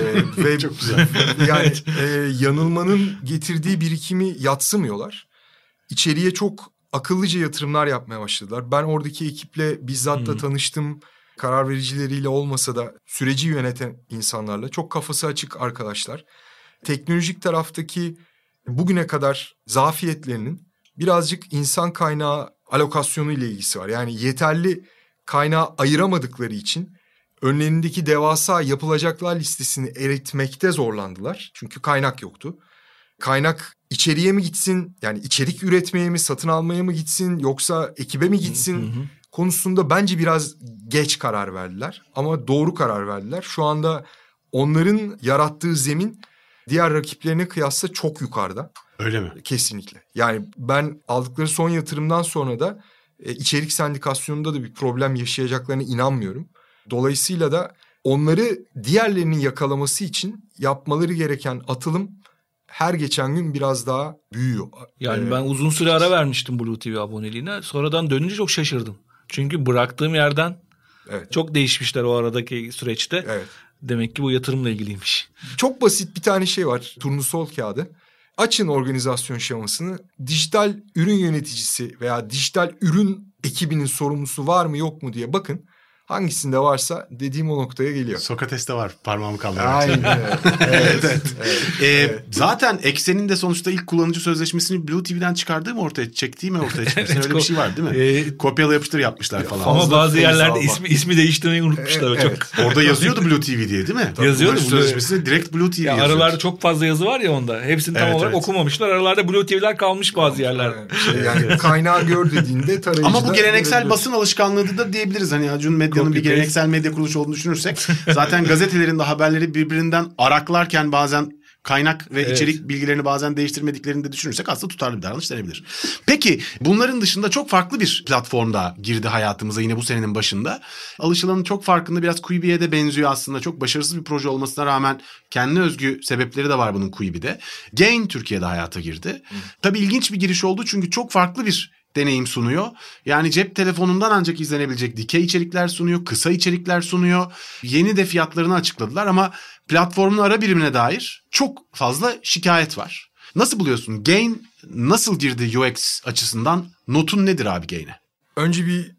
C: Ve
B: Çok güzel.
C: Yani yanılmanın getirdiği birikimi yadsımıyorlar. İçeriye çok akıllıca yatırımlar yapmaya başladılar. Ben oradaki ekiple bizzat da tanıştım. Karar vericileriyle olmasa da süreci yöneten insanlarla. Çok kafası açık arkadaşlar. Teknolojik taraftaki bugüne kadar zafiyetlerinin birazcık insan kaynağı alokasyonu ile ilgisi var. Yani yeterli kaynağı ayıramadıkları için önlerindeki devasa yapılacaklar listesini eritmekte zorlandılar. Çünkü kaynak yoktu. Kaynak içeriye mi gitsin, yani içerik üretmeye mi, satın almaya mı gitsin, yoksa ekibe mi gitsin konusunda bence biraz geç karar verdiler. Ama doğru karar verdiler. Şu anda onların yarattığı zemin diğer rakiplerine kıyasla çok yukarıda.
B: Öyle mi?
C: Kesinlikle. Yani ben aldıkları son yatırımdan sonra da içerik sendikasyonunda da bir problem yaşayacaklarına inanmıyorum. Dolayısıyla da onları diğerlerinin yakalaması için yapmaları gereken atılım her geçen gün biraz daha büyüyor.
D: Yani ben uzun süre ara vermiştim Blue TV aboneliğine. Sonradan dönünce çok şaşırdım. Çünkü bıraktığım yerden çok değişmişler o aradaki süreçte.
C: Evet.
D: Demek ki bu yatırımla ilgiliymiş.
C: Çok basit bir tane şey var. Turnusol kağıdı. Açın organizasyon şemasını. Dijital ürün yöneticisi veya dijital ürün ekibinin sorumlusu var mı yok mu diye bakın. Hangisinde varsa dediğim o noktaya geliyor.
B: Sokrates'te var, parmağımı kaldırarak.
C: Aynen. Evet.
B: Zaten Eksen'in de sonuçta ilk kullanıcı sözleşmesini Blue TV'den çıkardığı mı çektiği mi ortaya çıkmış? Öyle bir şey var değil mi? Kopyala yapıştır yapmışlar falan.
D: Ama bazı yerlerde ismi değiştirmeyi unutmuşlar.
C: Evet.
B: Çok. Orada yazıyordu Blue TV diye değil mi?
D: Yazıyordu.
B: Sözleşmesinde direkt Blue TV yazıyordu.
D: Aralarda çok fazla yazı var ya onda. Hepsini tam olarak okumamışlar. Aralarda Blue TV'ler kalmış bazı yerler.
C: Yani kaynağı gör dediğinde tarayıcıda...
B: Ama bu geleneksel basın alışkanlığı da diyebiliriz. Hani Acun Medya'nın bir geleneksel medya kuruluşu olduğunu düşünürsek zaten gazetelerin de haberleri birbirinden araklarken bazen kaynak ve içerik bilgilerini bazen değiştirmediklerini de düşünürsek aslında tutarlı bir davranış denebilir. Peki bunların dışında çok farklı bir platformda girdi hayatımıza yine bu senenin başında. Alışılanın çok farkında, biraz Quibi'ye de benziyor aslında. Çok başarısız bir proje olmasına rağmen kendine özgü sebepleri de var bunun Quibi'de. Gain Türkiye'de hayata girdi. Tabii ilginç bir giriş oldu çünkü çok farklı bir deneyim sunuyor. Yani cep telefonundan ancak izlenebilecek dikey içerikler sunuyor, kısa içerikler sunuyor. Yeni de fiyatlarını açıkladılar ama platformun ara birimine dair çok fazla şikayet var. Nasıl buluyorsun? Gain nasıl girdi UX açısından? Notun nedir abi Gain'e?
C: Önce bir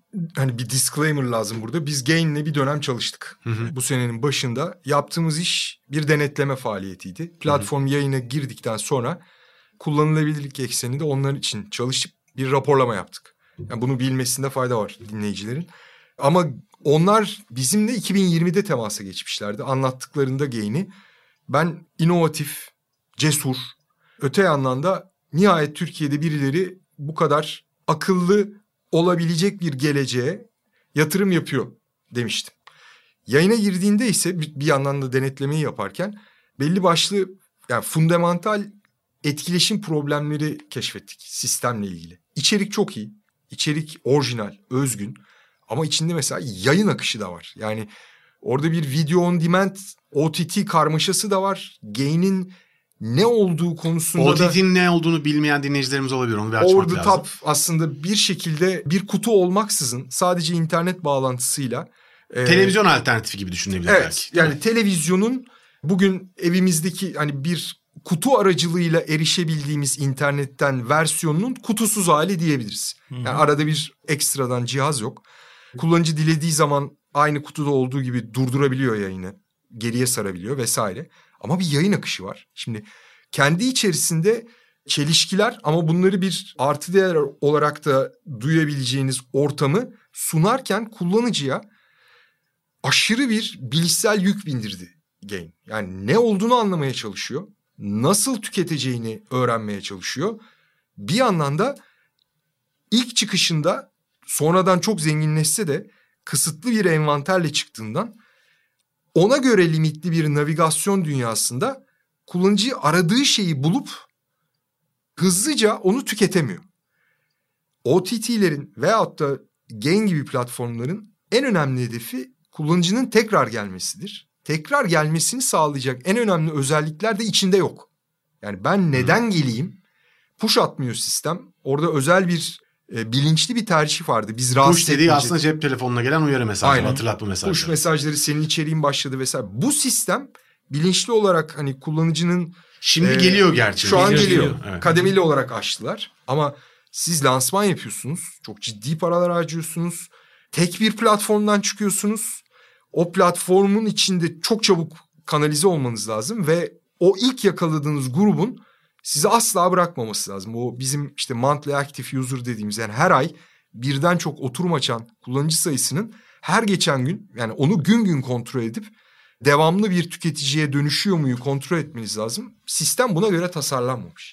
C: hani bir disclaimer lazım burada. Biz Gain'le bir dönem çalıştık. Bu senenin başında yaptığımız iş bir denetleme faaliyetiydi. Platform yayına girdikten sonra kullanılabilirlik ekseninde onlar için çalışıp bir raporlama yaptık. Yani bunu bilmesinde fayda var dinleyicilerin. Ama onlar bizimle 2020'de temasa geçmişlerdi. Anlattıklarında Gain'i ben inovatif, cesur, öte yandan da nihayet Türkiye'de birileri bu kadar akıllı olabilecek bir geleceğe yatırım yapıyor demiştim. Yayına girdiğinde ise bir yandan da denetlemeyi yaparken belli başlı yani fundamental etkileşim problemleri keşfettik sistemle ilgili. İçerik çok iyi, içerik orijinal, özgün ama içinde mesela yayın akışı da var. Yani orada bir video on demand OTT karmaşası da var. Gain'in ne olduğu konusunda
B: OTT'nin ne olduğunu bilmeyen dinleyicilerimiz olabilir. Onu bir açmak
C: over the
B: lazım.
C: top aslında bir şekilde bir kutu olmaksızın sadece internet bağlantısıyla
B: televizyon alternatifi gibi düşünülebilir
C: evet,
B: belki.
C: yani televizyonun bugün evimizdeki hani bir kutu aracılığıyla erişebildiğimiz internetten versiyonunun kutusuz hali diyebiliriz. Yani arada bir ekstradan cihaz yok. Kullanıcı dilediği zaman aynı kutuda olduğu gibi durdurabiliyor yayını. Geriye sarabiliyor vesaire. Ama bir yayın akışı var. Şimdi kendi içerisinde çelişkiler ama bunları bir artı değer olarak da duyabileceğiniz ortamı sunarken kullanıcıya aşırı bir bilişsel yük bindirdi Gain. Yani ne olduğunu anlamaya çalışıyor. Nasıl tüketeceğini öğrenmeye çalışıyor. Bir yandan da ilk çıkışında sonradan çok zenginleşse de kısıtlı bir envanterle çıktığından ona göre limitli bir navigasyon dünyasında kullanıcı aradığı şeyi bulup hızlıca onu tüketemiyor. OTT'lerin veyahut da Gain gibi platformların en önemli hedefi kullanıcının tekrar gelmesidir. Tekrar gelmesini sağlayacak en önemli özellikler de içinde yok. Yani ben neden geleyim? Push atmıyor sistem. Orada özel bir bilinçli bir tercih vardı. Biz rahatsız
B: Push dediği aslında cep telefonuna gelen uyarı mesajı, hatırlatma mesajı.
C: Push mesajları, senin içeriğin başladı vesaire. Bu sistem bilinçli olarak hani kullanıcının
B: şimdi geliyor gerçi.
C: Şu an geliyor.
B: Evet.
C: Kademeli olarak açtılar. Ama siz lansman yapıyorsunuz. Çok ciddi paralar harcıyorsunuz. Tek bir platformdan çıkıyorsunuz. O platformun içinde çok çabuk kanalize olmanız lazım ve o ilk yakaladığınız grubun sizi asla bırakmaması lazım. O bizim işte monthly active user dediğimiz, yani her ay birden çok oturum açan kullanıcı sayısının her geçen gün, yani onu gün gün kontrol edip devamlı bir tüketiciye dönüşüyor muyu kontrol etmeniz lazım. Sistem buna göre tasarlanmamış.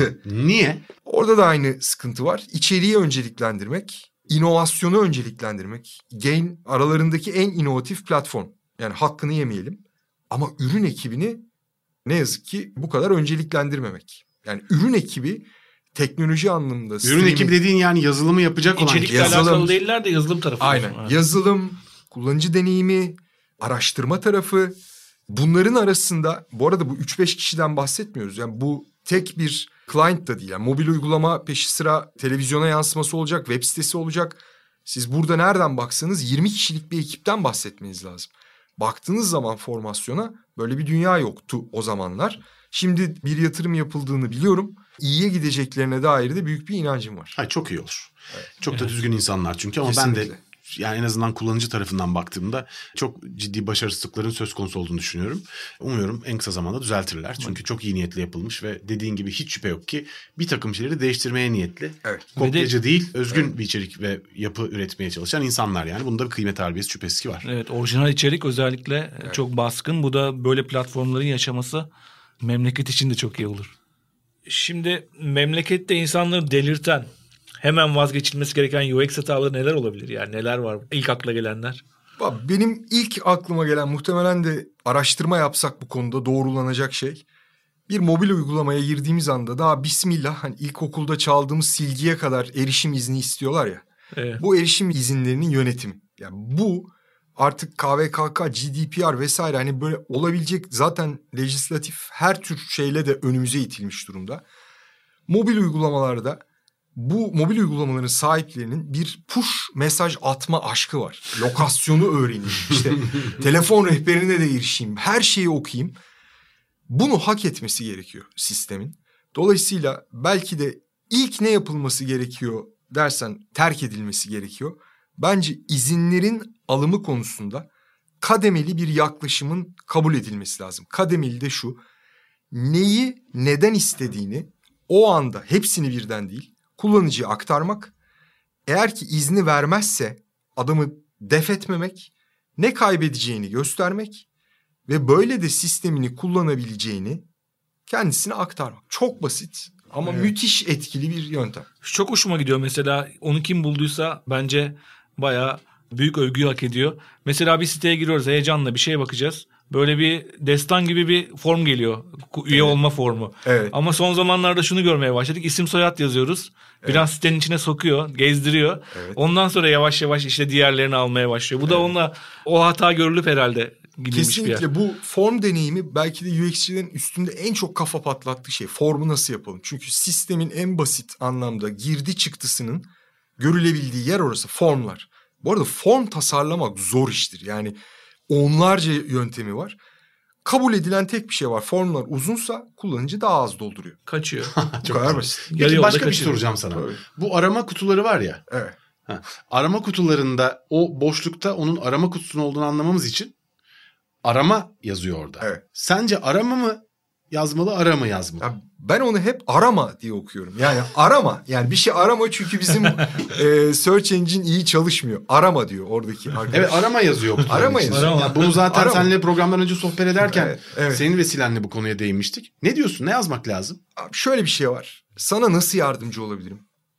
B: Niye?
C: Orada da aynı sıkıntı var. İçeriği önceliklendirmek, inovasyonu önceliklendirmek. Gain aralarındaki en inovatif platform. Yani hakkını yemeyelim. Ama ürün ekibini ne yazık ki bu kadar önceliklendirmemek. Yani ürün ekibi teknoloji anlamında...
B: Ürün ekibi dediğin yani yazılımı yapacak olan...
D: İçerikle alakalı değiller de yazılım tarafı.
C: Aynen. Evet. Yazılım, kullanıcı deneyimi, araştırma tarafı. Bunların arasında, bu arada bu 3-5 kişiden bahsetmiyoruz. Yani bu tek bir client da değil. Yani mobil uygulama peşi sıra televizyona yansıması olacak, web sitesi olacak. Siz burada nereden baksanız 20 kişilik bir ekipten bahsetmeniz lazım. Baktığınız zaman formasyona böyle bir dünya yoktu o zamanlar. Şimdi bir yatırım yapıldığını biliyorum. İyiye gideceklerine dair de büyük bir inancım var.
B: Hayır, çok iyi olur. Evet. Çok da düzgün insanlar çünkü ama
C: kesinlikle.
B: Ben de yani en azından kullanıcı tarafından baktığımda çok ciddi başarısızlıkların söz konusu olduğunu düşünüyorum. Umuyorum en kısa zamanda düzeltirler. Çünkü çok iyi niyetle yapılmış ve dediğin gibi hiç şüphe yok ki bir takım şeyleri değiştirmeye niyetli.
C: Evet.
B: Kopyacı değil, özgün bir içerik ve yapı üretmeye çalışan insanlar yani. Bunda bir kıymet harbiyesi şüphesiz ki var.
D: Evet, orijinal içerik özellikle çok baskın. Bu da böyle platformların yaşaması memleket için de çok iyi olur. Şimdi memlekette insanları delirten, hemen vazgeçilmesi gereken UX hataları neler olabilir? Yani neler var? İlk akla gelenler.
C: Benim ilk aklıma gelen, muhtemelen de araştırma yapsak bu konuda doğrulanacak şey. Bir mobil uygulamaya girdiğimiz anda daha bismillah, hani ilkokulda çaldığımız silgiye kadar erişim izni istiyorlar ya.
D: Evet.
C: Bu erişim izinlerinin yönetimi. Yani bu artık KVKK, GDPR vesaire, hani böyle olabilecek zaten legislatif her tür şeyle de önümüze itilmiş durumda. Mobil uygulamalarda bu mobil uygulamaların sahiplerinin bir push mesaj atma aşkı var. Lokasyonu öğreneyim. İşte telefon rehberine de erişeyim. Her şeyi okuyayım. Bunu hak etmesi gerekiyor sistemin. Dolayısıyla belki de ilk ne yapılması gerekiyor dersen terk edilmesi gerekiyor. bence izinlerin alımı konusunda kademeli bir yaklaşımın kabul edilmesi lazım. Kademeli de şu: neyi neden istediğini o anda, hepsini birden değil, kullanıcıya aktarmak. Eğer ki izni vermezse adamı def etmemek, ne kaybedeceğini göstermek ve böyle de sistemini kullanabileceğini kendisine aktarmak. Çok basit ama müthiş etkili bir yöntem.
D: Çok hoşuma gidiyor mesela, onu kim bulduysa bence bayağı büyük övgüyü hak ediyor. Mesela bir siteye giriyoruz, heyecanla bir şeye bakacağız. Böyle bir destan gibi bir form geliyor. Üye olma formu.
C: Evet.
D: Ama son zamanlarda şunu görmeye başladık. İsim soyad yazıyoruz. Biraz sitenin içine sokuyor, gezdiriyor.
C: Evet.
D: Ondan sonra yavaş yavaş işte diğerlerini almaya başlıyor. Bu da onunla o hata görülüp herhalde gidilmiş bir yer.
C: Kesinlikle bu form deneyimi belki de UX'cilerin üstünde en çok kafa patlattığı şey. Formu nasıl yapalım? Çünkü sistemin en basit anlamda girdi çıktısının görülebildiği yer orası, formlar. Bu arada form tasarlamak zor iştir. Yani onlarca yöntemi var. Kabul edilen tek bir şey var. Formlar uzunsa kullanıcı daha az dolduruyor.
D: Kaçıyor.
C: Bu kadar basit.
B: Peki başka bir şey soracağım sana.
C: Evet.
B: Bu arama kutuları var ya.
C: Evet.
B: Arama kutularında o boşlukta onun arama kutusunun olduğunu anlamamız için arama yazıyor orada.
C: Evet.
B: Sence arama mı yazmalı, arama yazmalı?
C: Ya ben onu hep arama diye okuyorum. Yani arama. Yani bir şey arama çünkü bizim search engine iyi çalışmıyor. Arama diyor oradaki arkadaş.
B: Evet, arama yazıyor.
C: Arama yazıyor.
B: Yani bunu zaten
C: Arama.
B: seninle programdan önce sohbet ederken
C: Evet.
B: senin vesilenle bu konuya değinmiştik. Ne diyorsun? Ne yazmak lazım?
C: Abi şöyle bir şey var. Sana nasıl yardımcı olabilirim?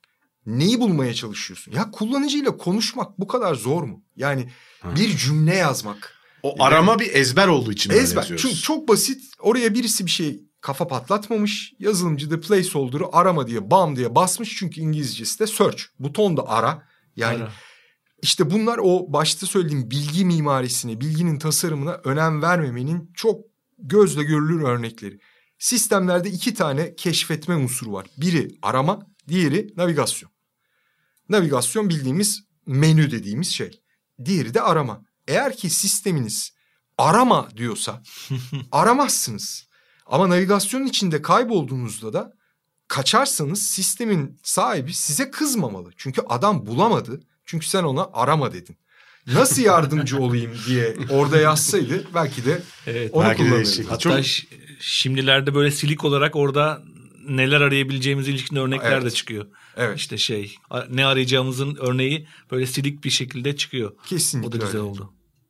C: Neyi bulmaya çalışıyorsun? Ya kullanıcıyla konuşmak bu kadar zor mu? Yani bir cümle yazmak.
B: O arama bir ezber olduğu için böyle
C: Ezber.
B: yazıyoruz.
C: Çünkü çok basit. Oraya birisi bir şey kafa patlatmamış. Yazılımcı da placeholder'ı arama diye, bam diye basmış. Çünkü İngilizcesi de search. Buton da ara. Yani
D: Ara.
C: işte bunlar o başta söylediğim bilgi mimarisine, bilginin tasarımına önem vermemenin çok gözle görülür örnekleri. Sistemlerde 2 tane keşfetme unsuru var. Biri arama, diğeri navigasyon. Navigasyon bildiğimiz menü dediğimiz şey. Diğeri de arama. Eğer ki sisteminiz arama diyorsa aramazsınız. Ama navigasyonun içinde kaybolduğunuzda da kaçarsanız sistemin sahibi size kızmamalı. Çünkü adam bulamadı. Çünkü sen ona arama dedin. Nasıl yardımcı olayım diye orada yazsaydı belki de onu
B: belki de
C: kullanırdı.
B: değişecek.
D: Hatta şimdilerde böyle silik olarak orada neler arayabileceğimiz ilişkin örnekler de çıkıyor.
C: Evet.
D: İşte ne arayacağımızın örneği böyle silik bir şekilde çıkıyor.
C: Kesinlikle
D: O da güzel
C: öyle.
D: oldu.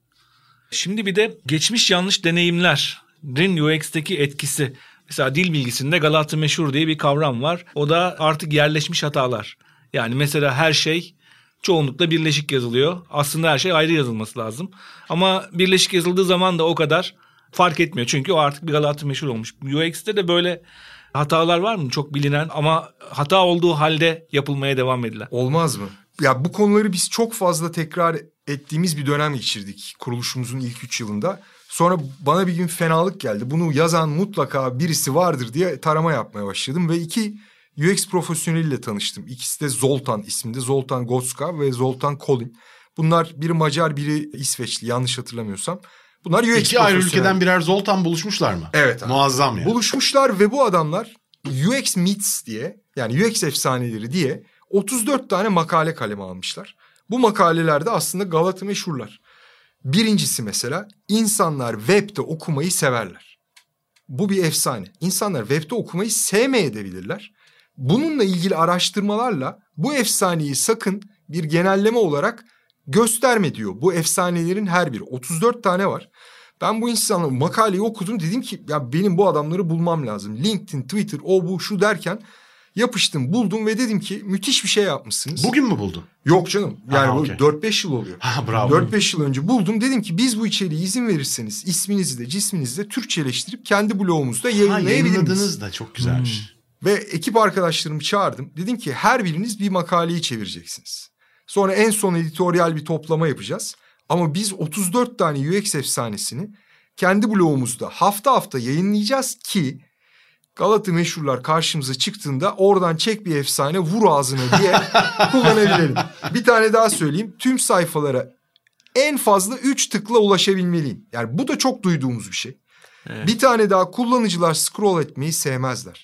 D: Şimdi bir de geçmiş yanlış deneyimlerin UX'teki etkisi. Mesela dil bilgisinde Galata meşhur diye bir kavram var. O da artık yerleşmiş hatalar. Yani mesela her şey çoğunlukla birleşik yazılıyor. Aslında her şey ayrı yazılması lazım. Ama birleşik yazıldığı zaman da o kadar fark etmiyor. Çünkü o artık bir Galata meşhur olmuş. UX'te de böyle hatalar var mı? Çok bilinen ama hata olduğu halde yapılmaya devam edilen.
C: Olmaz mı? Ya bu konuları biz çok fazla tekrar ettiğimiz bir dönem geçirdik kuruluşumuzun ilk 3 yılında. Sonra bana bir gün fenalık geldi. Bunu yazan mutlaka birisi vardır diye tarama yapmaya başladım ve 2 UX profesyoneliyle tanıştım. İkisi de Zoltan isminde. Zoltan Gocka ve Zoltan Kolin. Bunlar biri Macar, biri İsveçli yanlış hatırlamıyorsam. Bunlar UX
B: 2 ayrı
C: profesyonel.
B: ülkeden birer Zoltan buluşmuşlar mı?
C: Evet abi.
B: Muazzam ya.
C: Buluşmuşlar ve bu adamlar UX Myths diye, yani UX efsaneleri diye 34 tane makale kaleme almışlar. Bu makalelerde aslında Galata meşhurlar. Birincisi mesela, insanlar webde okumayı severler. Bu bir efsane. İnsanlar webde okumayı sevmeyebilirler. Bununla ilgili araştırmalarla bu efsaneyi sakın bir genelleme olarak gösterme diyor. Bu efsanelerin her biri. 34 tane var. Ben bu insanların makaleyi okudum, dedim ki ya benim bu adamları bulmam lazım. LinkedIn, Twitter, o bu şu derken yapıştım, buldum ve dedim ki müthiş bir şey yapmışsınız.
B: Bugün mü buldun?
C: Yok canım, yani
B: Ha,
C: bu
B: okey.
C: 4-5 yıl oluyor.
B: Ha, bravo.
C: 4-5 yıl önce buldum, dedim ki biz bu içeriği izin verirseniz isminizi de cisminizi de Türkçeleştirip kendi blogumuzda yayınlayabilir miyiz?
B: Yayınladınız da çok güzelmiş.
C: Ve ekip arkadaşlarımı çağırdım. Dedim ki her biriniz bir makaleyi çevireceksiniz. Sonra en son editoryal bir toplama yapacağız. Ama biz 34 tane UX efsanesini kendi blogumuzda hafta hafta yayınlayacağız ki Galata meşhurlar karşımıza çıktığında oradan çek bir efsane vur ağzına diye kullanabilelim. Bir tane daha söyleyeyim. Tüm sayfalara en fazla 3 tıkla ulaşabilmeliyim. Yani bu da çok duyduğumuz bir şey.
D: Evet.
C: Bir tane daha, kullanıcılar scroll etmeyi sevmezler.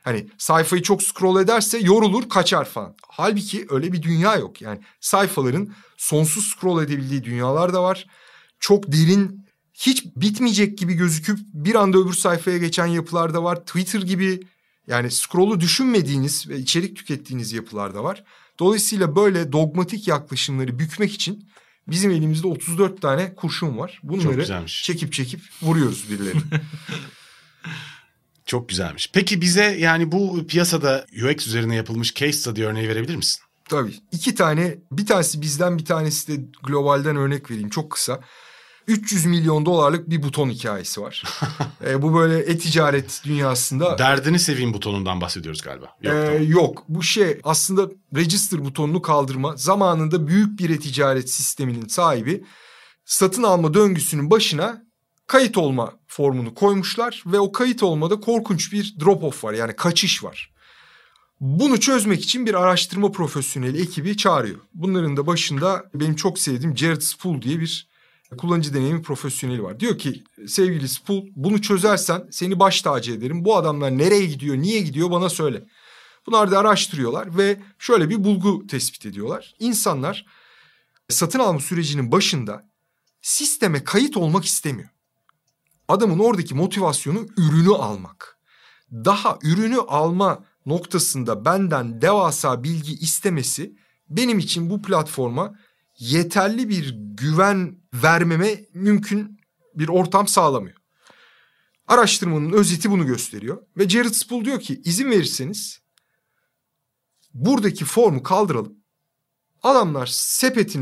C: Hani sayfayı çok scroll ederse yorulur, kaçar falan. Halbuki öyle bir dünya yok. Yani sayfaların sonsuz scroll edebildiği dünyalar da var. Çok derin, hiç bitmeyecek gibi gözüküp bir anda öbür sayfaya geçen yapılar da var. Twitter gibi, yani scroll'u düşünmediğiniz ve içerik tükettiğiniz yapılar da var. Dolayısıyla böyle dogmatik yaklaşımları bükmek için bizim elimizde 34 tane kurşun var. Bunları çekip vuruyoruz birilerine.
B: Çok güzelmiş. Peki bize yani bu piyasada UX üzerine yapılmış case study örneği verebilir misin?
C: Tabii. 2 tane, bir tanesi bizden, bir tanesi de globalden örnek vereyim çok kısa. 300 milyon dolarlık bir buton hikayesi var. Bu böyle e-ticaret dünyasında.
B: Derdini seveyim butonundan bahsediyoruz galiba.
C: Yok, tamam. Yok, bu şey aslında register butonunu kaldırma. Zamanında büyük bir e-ticaret sisteminin sahibi satın alma döngüsünün başına kayıt olma formunu koymuşlar. Ve o kayıt olmada korkunç bir drop off var, yani kaçış var. Bunu çözmek için bir araştırma profesyoneli ekibi çağırıyor. Bunların da başında benim çok sevdiğim Jared Spool diye bir kullanıcı deneyimi profesyoneli var. Diyor ki sevgili Spool, bunu çözersen seni baş tacı ederim. Bu adamlar nereye gidiyor, niye gidiyor bana söyle. Bunlar da araştırıyorlar ve şöyle bir bulgu tespit ediyorlar. İnsanlar satın alma sürecinin başında sisteme kayıt olmak istemiyor. Adamın oradaki motivasyonu ürünü almak. Daha ürünü alma noktasında benden devasa bilgi istemesi benim için bu platforma yeterli bir güven vermeme mümkün bir ortam sağlamıyor. Araştırmanın özeti bunu gösteriyor. Ve Jared Spool diyor ki izin verirseniz buradaki formu kaldıralım. Adamlar sepetini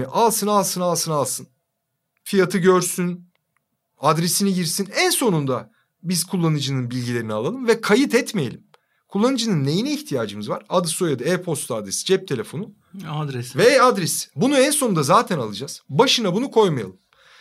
C: alsın. Fiyatı görsün, adresini girsin. En sonunda biz kullanıcının bilgilerini alalım ve kayıt etmeyelim. Kullanıcının neyine ihtiyacımız var? Adı, soyadı, e-posta adresi, cep telefonu.
D: Adresi.
C: Ve adres. Bunu en sonunda zaten alacağız. Başına bunu koymayalım.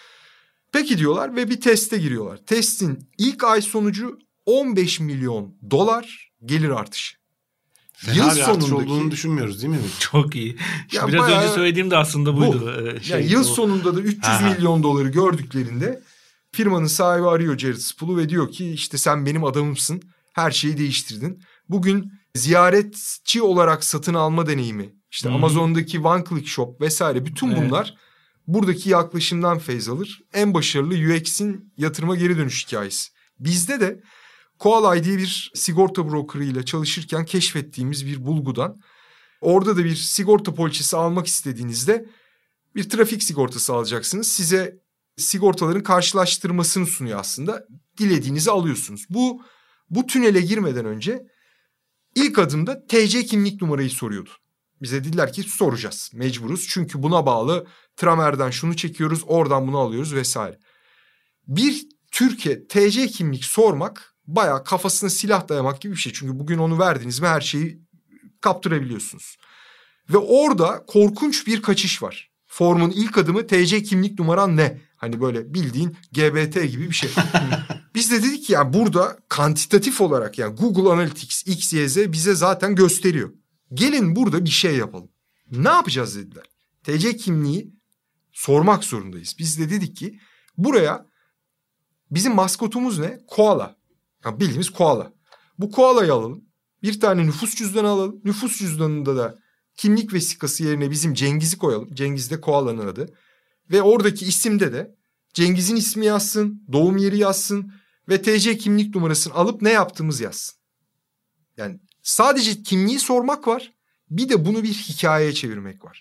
C: Peki diyorlar ve bir teste giriyorlar. Testin ilk ay sonucu 15 milyon dolar gelir artışı.
B: Fena bir artış olduğunu düşünmüyoruz değil mi?
D: Çok iyi. Ya biraz önce söylediğim de aslında buydu.
C: Yani yıl sonunda da 300 milyon doları gördüklerinde firmanın sahibi arıyor Jared Spool'u ve diyor ki işte sen benim adamımsın. Her şeyi değiştirdin. Bugün ziyaretçi olarak satın alma deneyimi, işte Amazon'daki One Click Shop vesaire, bütün bunlar buradaki yaklaşımdan feyz alır. En başarılı UX'in yatırıma geri dönüş hikayesi. Bizde de Koalay diye bir sigorta brokerıyla çalışırken keşfettiğimiz bir bulgudan, orada da bir sigorta poliçesi almak istediğinizde bir trafik sigortası alacaksınız. Size sigortaların karşılaştırmasını sunuyor aslında. Dilediğinizi alıyorsunuz. Bu tünele girmeden önce ilk adımda TC kimlik numarayı soruyordu. Bize dediler ki soracağız, mecburuz. Çünkü buna bağlı Tramer'den şunu çekiyoruz, oradan bunu alıyoruz vesaire. Bir Türkiye TC kimlik sormak bayağı kafasına silah dayamak gibi bir şey. Çünkü bugün onu verdiniz mi her şeyi kaptırabiliyorsunuz. Ve orada korkunç bir kaçış var. Formun ilk adımı TC kimlik numaran ne? Hani böyle bildiğin GBT gibi bir şey. Biz de dedik ki yani burada kantitatif olarak, yani Google Analytics, X, Y, Z bize zaten gösteriyor. Gelin burada bir şey yapalım. Ne yapacağız dediler. TC kimliği sormak zorundayız. Biz de dedik ki buraya bizim maskotumuz ne? Koala. Yani bildiğimiz koala. Bu koalayı alalım. Bir tane nüfus cüzdanı alalım. Nüfus cüzdanında da kimlik vesikası yerine bizim Cengiz'i koyalım. Cengiz de koalanın adı. Ve oradaki isimde de Cengiz'in ismi yazsın, doğum yeri yazsın ve TC kimlik numarasını alıp ne yaptığımız yazsın. Yani sadece kimliği sormak var. Bir de bunu bir hikayeye çevirmek var.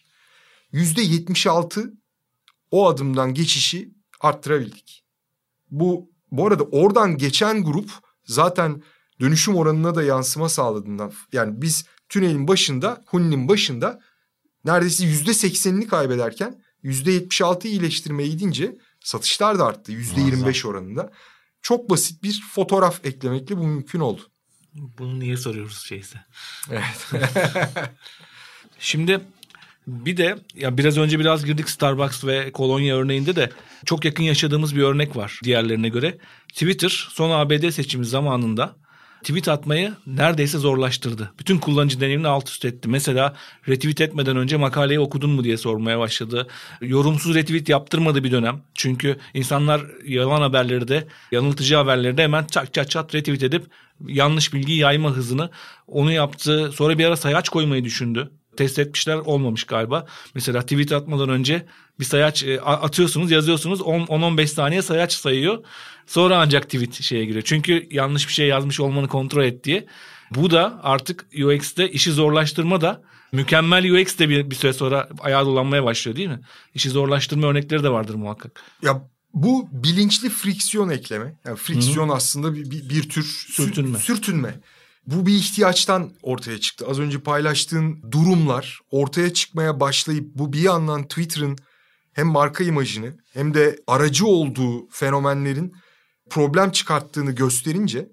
C: %76 o adımdan geçişi arttırabildik. Bu arada oradan geçen grup zaten dönüşüm oranına da yansıma sağladığından. Yani biz tünelin başında, Huni'nin başında neredeyse %80'ini kaybederken %76 iyileştirmeye gidince satışlar da arttı. %25 oranında. Çok basit bir fotoğraf eklemekle bu mümkün oldu.
D: Bunu niye soruyoruz şeyse?
C: Evet.
D: Şimdi bir de ya biraz önce biraz girdik Starbucks ve kolonya örneğinde de çok yakın yaşadığımız bir örnek var diğerlerine göre. Twitter son ABD seçimi zamanında tweet atmayı neredeyse zorlaştırdı. Bütün kullanıcı deneyimini alt üst etti. Mesela retweet etmeden önce makaleyi okudun mu diye sormaya başladı. Yorumsuz retweet yaptırmadı bir dönem. Çünkü insanlar yalan haberleri de, yanıltıcı haberleri de hemen çat çat çat retweet edip yanlış bilgiyi yayma hızını onu yaptı. Sonra bir ara sayaç koymayı düşündü. Test etmişler, olmamış galiba. Mesela tweet atmadan önce bir sayaç atıyorsunuz, yazıyorsunuz, 10-15 saniye sayaç sayıyor. Sonra ancak tweet şeye giriyor. Çünkü yanlış bir şey yazmış olmanı kontrol et diye. Bu da artık UX'te işi zorlaştırma da, mükemmel UX de bir süre sonra ayağa dolanmaya başlıyor değil mi? İşi zorlaştırma örnekleri de vardır muhakkak.
C: Ya bu bilinçli friksiyon ekleme. Yani friksiyon aslında bir tür sürtünme. Bu bir ihtiyaçtan ortaya çıktı. Az önce paylaştığın durumlar ortaya çıkmaya başlayıp bu bir yandan Twitter'ın hem marka imajını hem de aracı olduğu fenomenlerin problem çıkarttığını gösterince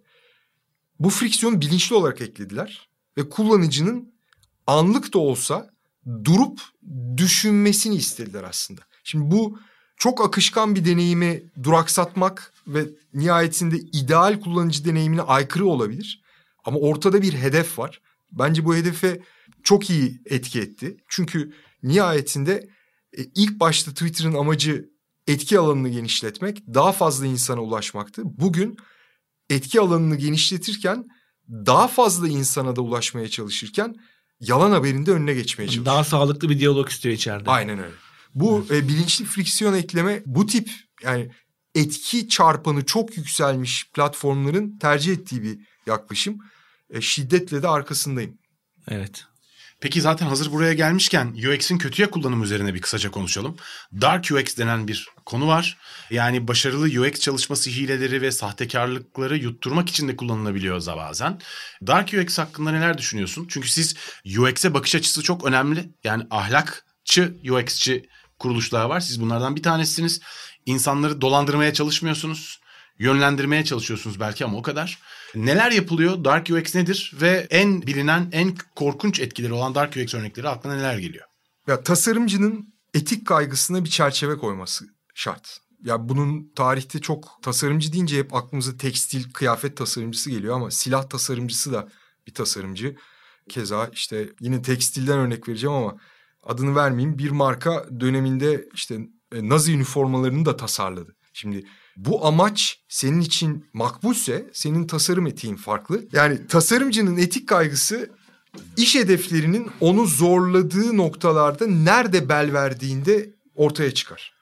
C: bu friksiyonu bilinçli olarak eklediler. Ve kullanıcının anlık da olsa durup düşünmesini istediler aslında. Şimdi bu çok akışkan bir deneyimi duraksatmak ve nihayetinde ideal kullanıcı deneyimine aykırı olabilir. Ama ortada bir hedef var. Bence bu hedefe çok iyi etki etti. Çünkü nihayetinde ilk başta Twitter'ın amacı etki alanını genişletmek, daha fazla insana ulaşmaktı. Bugün etki alanını genişletirken, daha fazla insana da ulaşmaya çalışırken yalan haberin de önüne geçmeye çalışıyor.
D: Daha sağlıklı bir diyalog istiyor içeride.
C: Aynen öyle. Bu bilinçli friksiyon ekleme, bu tip yani etki çarpanı çok yükselmiş platformların tercih ettiği bir yaklaşım. Şiddetle de arkasındayım.
D: Evet.
B: Peki zaten hazır buraya gelmişken UX'in kötüye kullanımı üzerine bir kısaca konuşalım. Dark UX denen bir konu var. Yani başarılı UX çalışması hileleri ve sahtekarlıkları yutturmak için de kullanılabiliyor bazen. Dark UX hakkında neler düşünüyorsun? Çünkü siz UX'e bakış açısı çok önemli. Yani ahlakçı UX'çi kuruluşlar var. Siz bunlardan bir tanesiniz. İnsanları dolandırmaya çalışmıyorsunuz. Yönlendirmeye çalışıyorsunuz belki ama o kadar. Neler yapılıyor? Dark UX nedir? Ve en bilinen, en korkunç etkileri olan Dark UX örnekleri aklına neler geliyor?
C: Ya tasarımcının etik kaygısına bir çerçeve koyması şart. Ya bunun tarihte çok, tasarımcı deyince hep aklımıza tekstil, kıyafet tasarımcısı geliyor ama silah tasarımcısı da bir tasarımcı. Keza işte yine tekstilden örnek vereceğim ama adını vermeyeyim. Bir marka döneminde işte Nazi üniformalarını da tasarladı. Şimdi bu amaç senin için makbulse senin tasarım etiğin farklı. Yani tasarımcının etik kaygısı iş hedeflerinin onu zorladığı noktalarda nerede bel verdiğinde ortaya çıkar.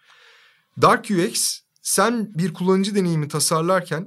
C: Dark UX, sen bir kullanıcı deneyimi tasarlarken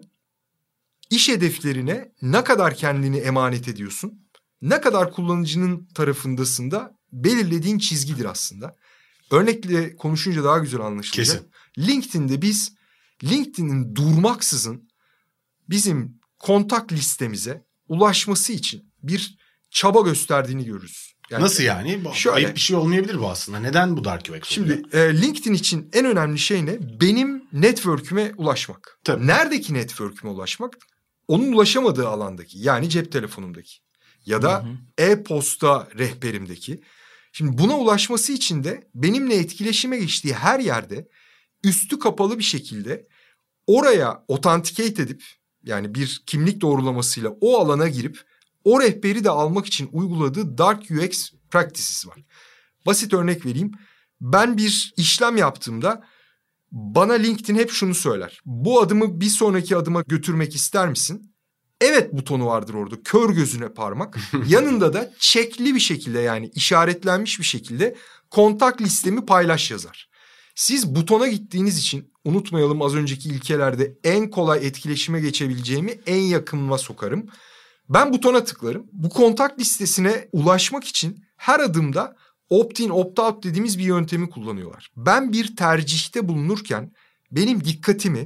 C: iş hedeflerine ne kadar kendini emanet ediyorsun, ne kadar kullanıcının tarafındasın da belirlediğin çizgidir aslında. Örnekle konuşunca daha güzel anlaşılacak.
B: Kesin.
C: LinkedIn'de biz LinkedIn'in durmaksızın bizim kontak listemize ulaşması için bir çaba gösterdiğini görürüz. Yani
B: nasıl yani?
C: Şöyle,
B: ayıp bir şey olmayabilir bu aslında. Neden bu Dark UX oluyor?
C: Şimdi LinkedIn için en önemli şey ne? Benim network'üme ulaşmak.
B: Tabii.
C: Neredeki network'üme ulaşmak? Onun ulaşamadığı alandaki, yani cep telefonumdaki ya da e-posta rehberimdeki. Şimdi buna ulaşması için de benimle etkileşime geçtiği her yerde üstü kapalı bir şekilde oraya authenticate edip, yani bir kimlik doğrulamasıyla o alana girip o rehberi de almak için uyguladığı Dark UX practices var. Basit örnek vereyim. Ben bir işlem yaptığımda bana LinkedIn hep şunu söyler. Bu adımı bir sonraki adıma götürmek ister misin? Evet butonu vardır orada, kör gözüne parmak. Yanında da çekli bir şekilde, yani işaretlenmiş bir şekilde kontak listemi paylaş yazar. Siz butona gittiğiniz için unutmayalım, az önceki ilkelerde en kolay etkileşime geçebileceğimi en yakınıma sokarım. Ben butona tıklarım. Bu kontak listesine ulaşmak için her adımda opt-in, opt-out dediğimiz bir yöntemi kullanıyorlar. Ben bir tercihte bulunurken benim dikkatimi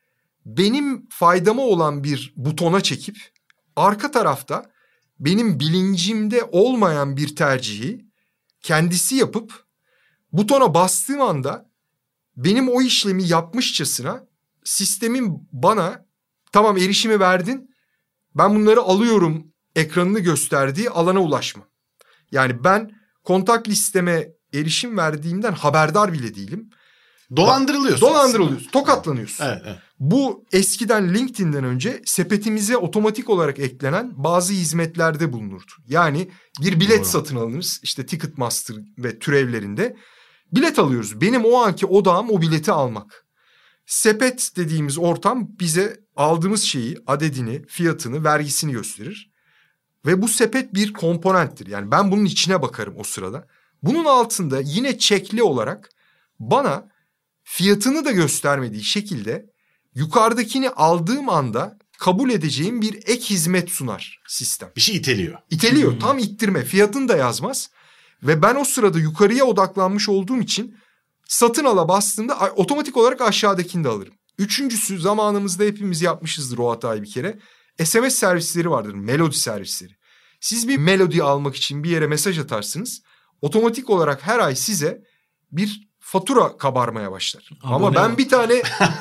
C: benim faydama olan bir butona çekip arka tarafta benim bilincimde olmayan bir tercihi kendisi yapıp butona bastığım anda benim o işlemi yapmışçasına sistemin bana tamam erişimi verdin, ben bunları alıyorum ekranını gösterdiği alana ulaşma. Yani ben kontak listeme erişim verdiğimden haberdar bile değilim.
B: Dolandırılıyorsun.
C: Dolandırılıyorsun. Tokatlanıyorsun.
B: Evet.
C: Bu eskiden LinkedIn'den önce sepetimize otomatik olarak eklenen bazı hizmetlerde bulunurdu. Yani bir bilet satın alınır. İşte Ticketmaster ve türevlerinde bilet alıyoruz. Benim o anki odağım o bileti almak. Sepet dediğimiz ortam bize aldığımız şeyi, adedini, fiyatını, vergisini gösterir. Ve bu sepet bir komponenttir. Yani ben bunun içine bakarım o sırada. Bunun altında yine çekli olarak bana fiyatını da göstermediği şekilde yukarıdakini aldığım anda kabul edeceğim bir ek hizmet sunar sistem.
B: Bir şey iteliyor.
C: İteliyor. Tam ittirme. Fiyatını da yazmaz. Ve ben o sırada yukarıya odaklanmış olduğum için satın ala bastığımda otomatik olarak aşağıdakini de alırım. Üçüncüsü, zamanımızda hepimiz yapmışızdır o hatayı bir kere. SMS servisleri vardır. Melodi servisleri. Siz bir melodi almak için bir yere mesaj atarsınız. Otomatik olarak her ay size bir fatura kabarmaya başlar. Ama ben bir tane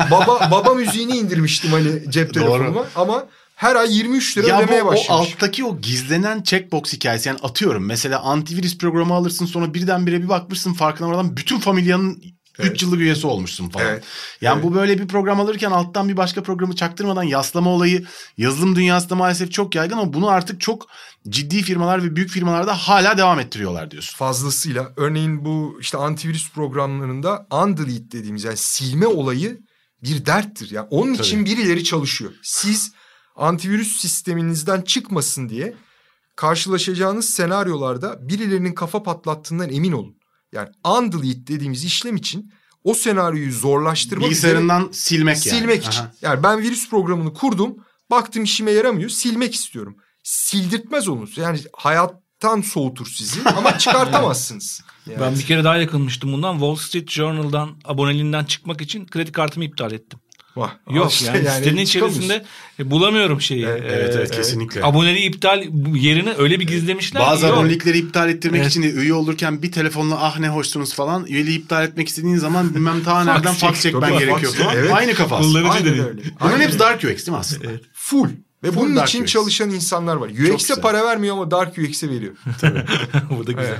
C: baba müziğini indirmiştim hani cep telefonuma. Ama her ay 23 lira ödemeye başlamış.
B: O alttaki o gizlenen checkbox hikayesi. Yani atıyorum mesela antivirüs programı alırsın, sonra birdenbire bir bakmışsın farkına varmadan bütün familyanın 3 yıllık üyesi olmuşsun falan.
C: Evet.
B: Yani bu böyle bir program alırken alttan bir başka programı çaktırmadan yaslama olayı yazılım dünyasında maalesef çok yaygın, ama bunu artık çok ciddi firmalar ve büyük firmalarda hala devam ettiriyorlar diyorsun.
C: Fazlasıyla. Örneğin bu işte antivirüs programlarında undelete dediğimiz, yani silme olayı bir derttir. Yani onun için birileri çalışıyor. Siz antivirüs sisteminizden çıkmasın diye karşılaşacağınız senaryolarda birilerinin kafa patlattığından emin olun. Yani undelete dediğimiz işlem için o senaryoyu zorlaştırmak
B: bilgisayarından silmek
C: için. Yani ben virüs programını kurdum, baktım işime yaramıyor, silmek istiyorum. Sildirtmez onu. Yani hayattan soğutur sizi ama çıkartamazsınız. Yani.
D: Ben bir kere daha yakınmıştım bundan. Wall Street Journal'dan aboneliğinden çıkmak için kredi kartımı iptal ettim. Yok yani sitenin içerisinde bulamıyorum şeyi.
B: Evet kesinlikle.
D: Aboneliği iptal yerine öyle bir gizlemişler.
B: Bazı abonelikleri iptal ettirmek için de üye olurken bir telefonla ne hoşsunuz falan, üyeliği iptal etmek istediğin zaman bilmem ta nereden fax çekmen gerekiyor falan.
C: Evet.
B: Aynı kafa.
C: Aynen öyle.
B: Bunların hepsi Dark UX değil mi aslında?
C: Evet. Full. Ve
B: Full
C: bunun
B: Dark
C: için
B: UX.
C: çalışan insanlar var. UX'e para vermiyor ama Dark UX'e veriyor.
B: Tabii.
D: Bu da güzel.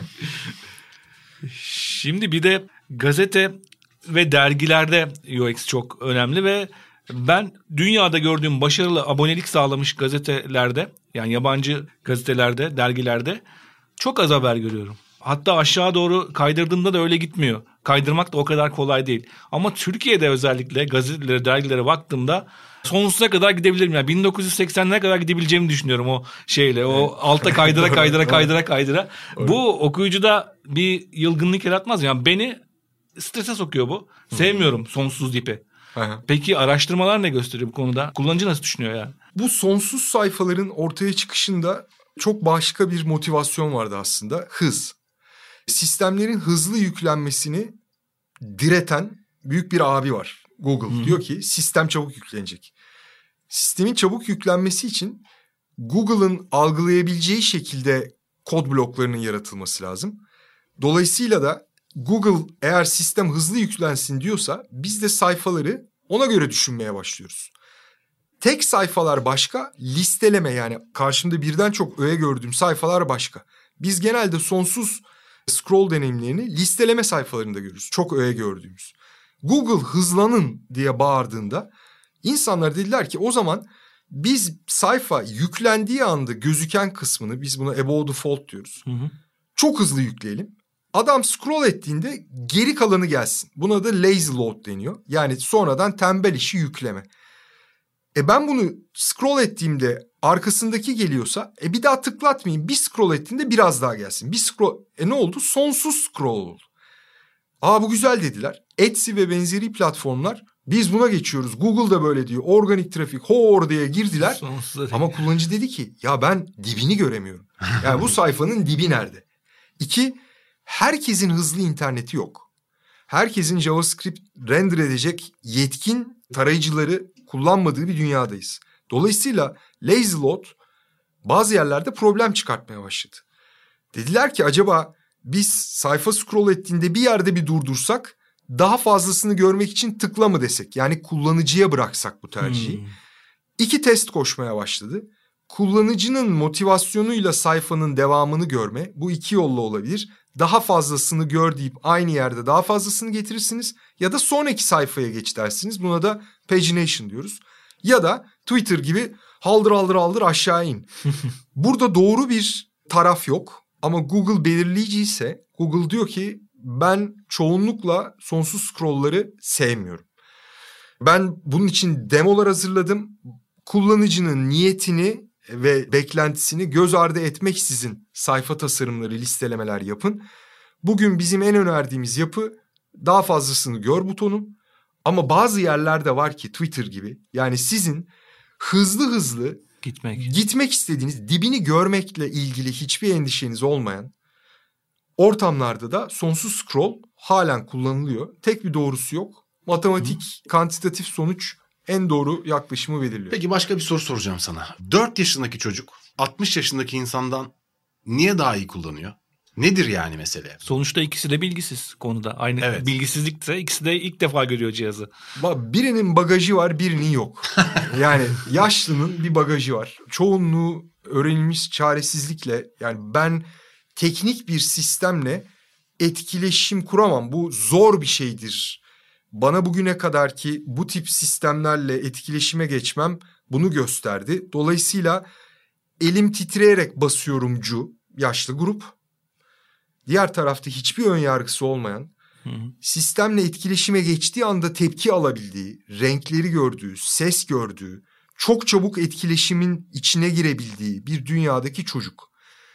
D: Şimdi bir de gazete ve dergilerde UX çok önemli ve ben dünyada gördüğüm başarılı abonelik sağlamış gazetelerde, yani yabancı gazetelerde, dergilerde çok az haber görüyorum. Hatta aşağı doğru kaydırdığımda da öyle gitmiyor. Kaydırmak da o kadar kolay değil. Ama Türkiye'de özellikle gazetelere, dergilere baktığımda sonsuza kadar gidebilirim. Yani 1980'lere kadar gidebileceğimi düşünüyorum o şeyle. O alta kaydıra. Bu okuyucuda bir yılgınlık yaratmaz. Yani beni strese sokuyor bu. Sevmiyorum sonsuz ipi. Peki araştırmalar ne gösteriyor bu konuda? Kullanıcı nasıl düşünüyor yani?
C: Bu sonsuz sayfaların ortaya çıkışında çok başka bir motivasyon vardı aslında. Hız. Sistemlerin hızlı yüklenmesini direten büyük bir abi var. Google diyor ki sistem çabuk yüklenecek. Sistemin çabuk yüklenmesi için Google'ın algılayabileceği şekilde kod bloklarının yaratılması lazım. Dolayısıyla da Google eğer sistem hızlı yüklensin diyorsa biz de sayfaları ona göre düşünmeye başlıyoruz. Tek sayfalar başka, listeleme, yani karşımda birden çok öğe gördüğüm sayfalar başka. Biz genelde sonsuz scroll deneyimlerini listeleme sayfalarında görürüz. Çok öğe gördüğümüz. Google hızlanın diye bağırdığında insanlar dediler ki o zaman biz sayfa yüklendiği anda gözüken kısmını, biz buna above default diyoruz. Çok hızlı yükleyelim. Adam scroll ettiğinde geri kalanı gelsin. Buna da lazy load deniyor. Yani sonradan tembel işi yükleme. Ben bunu scroll ettiğimde arkasındaki geliyorsa bir daha tıklatmayayım. Bir scroll ettiğinde biraz daha gelsin. Bir scroll ne oldu? Sonsuz scroll oldu. Bu güzel dediler. Etsy ve benzeri platformlar biz buna geçiyoruz. Google da böyle diyor. Organik trafik diye girdiler. Ama kullanıcı dedi ki ya ben dibini göremiyorum. Yani bu sayfanın dibi nerede? 2, herkesin hızlı interneti yok. Herkesin JavaScript render edecek yetkin tarayıcıları kullanmadığı bir dünyadayız. Dolayısıyla lazy load bazı yerlerde problem çıkartmaya başladı. Dediler ki acaba biz sayfa scroll ettiğinde bir yerde bir durdursak, daha fazlasını görmek için tıkla mı desek? Yani kullanıcıya bıraksak bu tercihi. 2 test koşmaya başladı. Kullanıcının motivasyonuyla sayfanın devamını görme. Bu 2 yolla olabilir. daha fazlasını gör deyip aynı yerde daha fazlasını getirirsiniz. Ya da sonraki sayfaya geç dersiniz. Buna da pagination diyoruz. Ya da Twitter gibi haldır haldır haldır aşağı in. Burada doğru bir taraf yok. Ama Google belirleyici ise Google diyor ki ben çoğunlukla sonsuz scroll'ları sevmiyorum. Ben bunun için demolar hazırladım. Kullanıcının niyetini ve beklentisini göz ardı etmeksizin sayfa tasarımları, listelemeler yapın. Bugün bizim en önerdiğimiz yapı daha fazlasını gör butonu. Ama bazı yerlerde var ki Twitter gibi, yani sizin hızlı gitmek istediğiniz, dibini görmekle ilgili hiçbir endişeniz olmayan ortamlarda da sonsuz scroll halen kullanılıyor. Tek bir doğrusu yok. Matematik, kantitatif sonuç en doğru yaklaşımı belirliyor.
B: Peki başka bir soru soracağım sana. 4 yaşındaki çocuk 60 yaşındaki insandan niye daha iyi kullanıyor? Nedir yani mesele?
D: Sonuçta ikisi de bilgisiz konuda. Aynı
B: evet.
D: Bilgisizlikse ikisi de ilk defa görüyor cihazı.
C: Birinin bagajı var, birinin yok. Yani yaşlının bir bagajı var. Çoğunluğu öğrenilmiş çaresizlikle, yani ben teknik bir sistemle etkileşim kuramam. Bu zor bir şeydir. Bana bugüne kadar ki bu tip sistemlerle etkileşime geçmem bunu gösterdi. Dolayısıyla elim titreyerek basıyorumcu yaşlı grup. Diğer tarafta hiçbir ön yargısı olmayan, sistemle etkileşime geçtiği anda tepki alabildiği, renkleri gördüğü, ses gördüğü, çok çabuk etkileşimin içine girebildiği bir dünyadaki çocuk.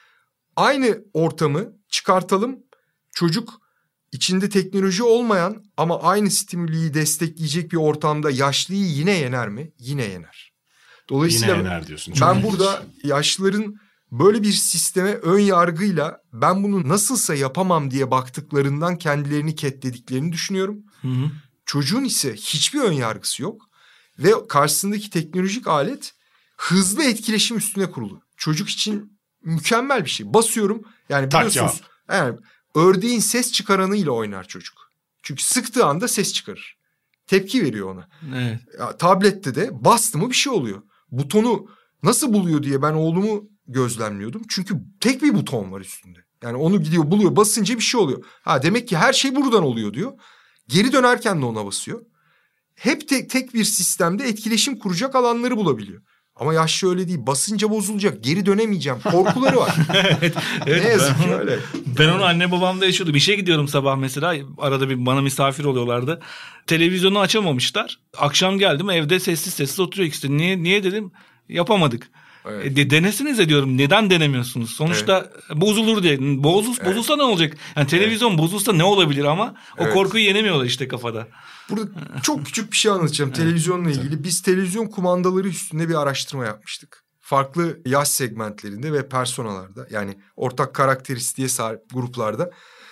C: Aynı ortamı çıkartalım, çocuk içinde teknoloji olmayan ama aynı stimüliyi destekleyecek bir ortamda yaşlıyı yine yener mi? Yine yener. Dolayısıyla
B: yine yener diyorsun.
C: Ben burada yaşlıların böyle bir sisteme ön yargıyla ben bunu nasılsa yapamam diye baktıklarından kendilerini ketlediklerini düşünüyorum. Çocuğun ise hiçbir ön yargısı yok ve karşısındaki teknolojik alet hızlı etkileşim üstüne kurulu. Çocuk için mükemmel bir şey. Basıyorum, yani biliyorsunuz, yani ördeğin ses çıkaranıyla oynar çocuk. Çünkü sıktığı anda ses çıkarır. Tepki veriyor ona.
D: Evet.
C: Ya, tablette de bastı mı bir şey oluyor. Butonu nasıl buluyor diye ben oğlumu gözlemliyordum. Çünkü tek bir buton var üstünde. Yani onu gidiyor buluyor, basınca bir şey oluyor. Demek ki her şey buradan oluyor diyor. Geri dönerken de ona basıyor. Hep tek bir sistemde etkileşim kuracak alanları bulabiliyor. Ama yaşlı öyle değil. Basınca bozulacak. Geri dönemeyeceğim. Korkuları var.
D: evet,
C: ne yazık ki öyle.
D: Ben onu anne babamda yaşıyordum. Bir şeye gidiyorum sabah mesela. Arada bir bana misafir oluyorlardı. Televizyonu açamamışlar. Akşam geldim, evde sessiz oturuyor ikisi. Niye dedim? Yapamadık. Evet. Denesiniz diyorum. Neden denemiyorsunuz? Sonuçta bozulur diye. Bozulsa ne olacak? Yani televizyon bozulsa ne olabilir ama o korkuyu yenemiyorlar işte kafada.
C: Burada çok küçük bir şey anlatacağım televizyonla ilgili. Biz televizyon kumandaları üstünde bir araştırma yapmıştık. Farklı yaş segmentlerinde ve personalarda, yani ortak karakteristiğe sahip gruplarda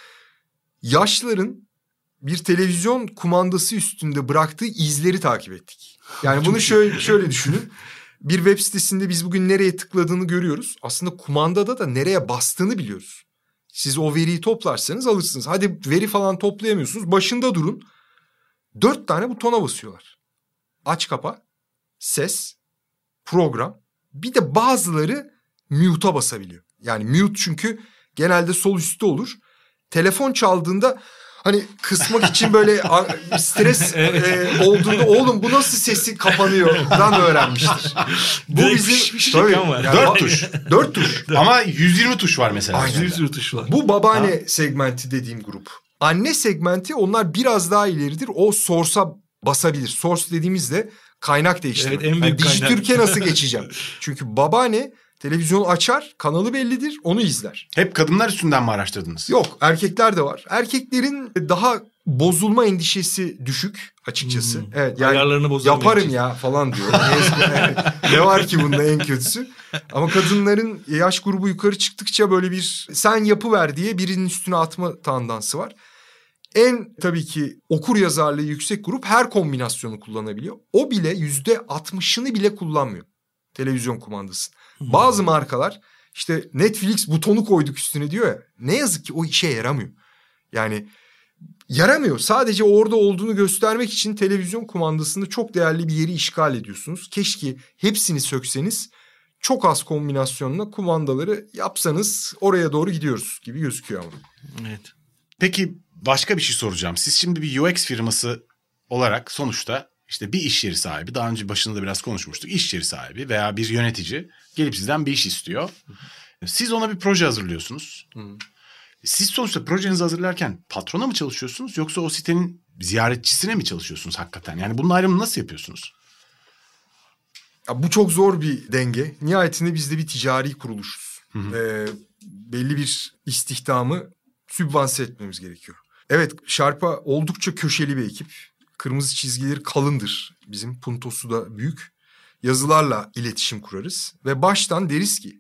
C: yaşlıların bir televizyon kumandası üstünde bıraktığı izleri takip ettik. Yani bunu şöyle düşünün. Bir web sitesinde biz bugün nereye tıkladığını görüyoruz. Aslında kumandada da nereye bastığını biliyoruz. Siz o veriyi toplarsanız alırsınız. Hadi veri falan toplayamıyorsunuz. Başında durun. 4 tane butona basıyorlar. Aç kapa, ses, program. Bir de bazıları mute'a basabiliyor. Yani mute çünkü genelde sol üstte olur. Telefon çaldığında hani kısmak için böyle stres olduğunda oğlum bu nasıl sesi kapanıyordan öğrenmiştir. Bu bizim tabii, yani
B: 4 tuş.
C: 4 tuş.
B: Ama 120 tuş var mesela.
C: Aynen.
D: 120 tuş var.
C: Bu babaanne segmenti dediğim grup. Anne segmenti onlar biraz daha ileridir. O source'a basabilir. Source dediğimizde kaynak değiştirme.
D: Evet, en büyük kaynak.
C: Dijitürk'e nasıl geçeceğim? Çünkü babaanne televizyonu açar, kanalı bellidir, onu izler.
B: Hep kadınlar üstünden mi araştırdınız?
C: Yok, erkekler de var. Erkeklerin daha bozulma endişesi düşük açıkçası. Evet, yani
D: ayarlarını bozulma
C: yaparım
D: endişesi.
C: ya falan diyor. Ne var ki bunda en kötüsü? Ama kadınların yaş grubu yukarı çıktıkça böyle bir sen yapıver diye birinin üstüne atma tandansı var. En tabii ki okur yazarlığı yüksek grup her kombinasyonu kullanabiliyor. O bile %60'ını bile kullanmıyor televizyon kumandası. Bazı markalar işte Netflix butonu koyduk üstüne diyor ya. Ne yazık ki o işe yaramıyor. Yani yaramıyor. Sadece orada olduğunu göstermek için televizyon kumandasında çok değerli bir yeri işgal ediyorsunuz. Keşke hepsini sökseniz çok az kombinasyonla kumandaları yapsanız oraya doğru gidiyoruz gibi gözüküyor ama.
D: Evet.
B: Peki başka bir şey soracağım. Siz şimdi bir UX firması olarak sonuçta işte bir iş yeri sahibi, daha önce başında da biraz konuşmuştuk. İş yeri sahibi veya bir yönetici gelip sizden bir iş istiyor. Siz ona bir proje hazırlıyorsunuz. Siz sonuçta projenizi hazırlarken patrona mı çalışıyorsunuz yoksa o sitenin ziyaretçisine mi çalışıyorsunuz hakikaten? Yani bunun ayrımını nasıl yapıyorsunuz?
C: Ya bu çok zor bir denge. Nihayetinde biz de bir ticari kuruluşuz. Belli bir istihdamı sübvanse etmemiz gerekiyor. Evet, Sherpa oldukça köşeli bir ekip. Kırmızı çizgileri kalındır. Bizim puntosu da büyük. Yazılarla iletişim kurarız. Ve baştan deriz ki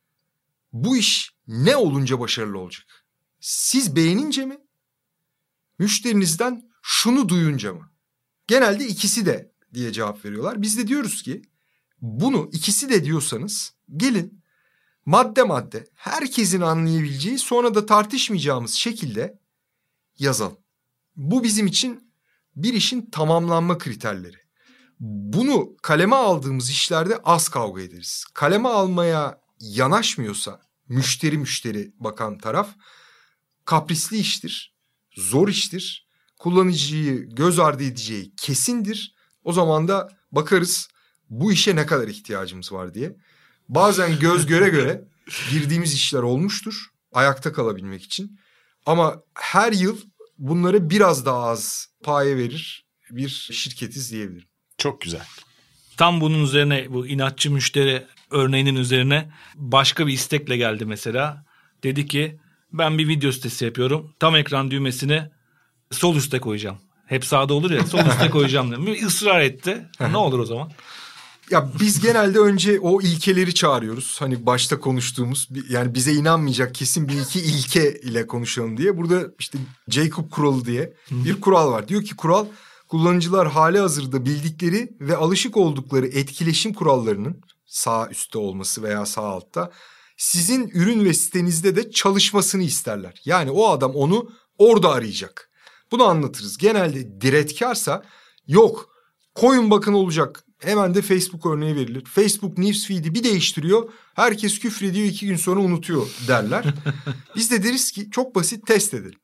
C: bu iş ne olunca başarılı olacak? Siz beğenince mi? Müşterinizden şunu duyunca mı? Genelde ikisi de diye cevap veriyorlar. Biz de diyoruz ki bunu ikisi de diyorsanız gelin madde madde herkesin anlayabileceği, sonra da tartışmayacağımız şekilde yazalım. Bu bizim için bir işin tamamlanma kriterleri. Bunu kaleme aldığımız işlerde az kavga ederiz. Kaleme almaya yanaşmıyorsa müşteri bakan taraf kaprisli iştir, zor iştir, kullanıcıyı göz ardı edeceği kesindir. O zaman da bakarız bu işe ne kadar ihtiyacımız var diye. Bazen göz göre göre girdiğimiz işler olmuştur ayakta kalabilmek için. Ama her yıl bunlara biraz daha az paye verir bir şirketiz diyebilirim.
B: Çok güzel.
D: Tam bunun üzerine, bu inatçı müşteri örneğinin üzerine başka bir istekle geldi mesela. Dedi ki ben bir video sitesi yapıyorum. Tam ekran düğmesini sol üste koyacağım. Hep sağda olur ya, sol üste koyacağım dedim. Israr etti. Ne olur o zaman?
C: Ya biz genelde önce o ilkeleri çağırıyoruz. Hani başta konuştuğumuz, yani bize inanmayacak kesin bir iki ilke ile konuşalım diye. Burada işte Jacob kuralı diye bir kural var. Diyor ki kural, kullanıcılar hali hazırda bildikleri ve alışık oldukları etkileşim kurallarının sağ üstte olması veya sağ altta sizin ürün ve sitenizde de çalışmasını isterler. Yani o adam onu orada arayacak. Bunu anlatırız. Genelde diretkarsa yok, koyun bakın olacak. Hemen de Facebook örneği verilir. Facebook newsfeed'i bir değiştiriyor. Herkes küfrediyor, 2 gün sonra unutuyor derler. Biz de deriz ki çok basit, test edelim.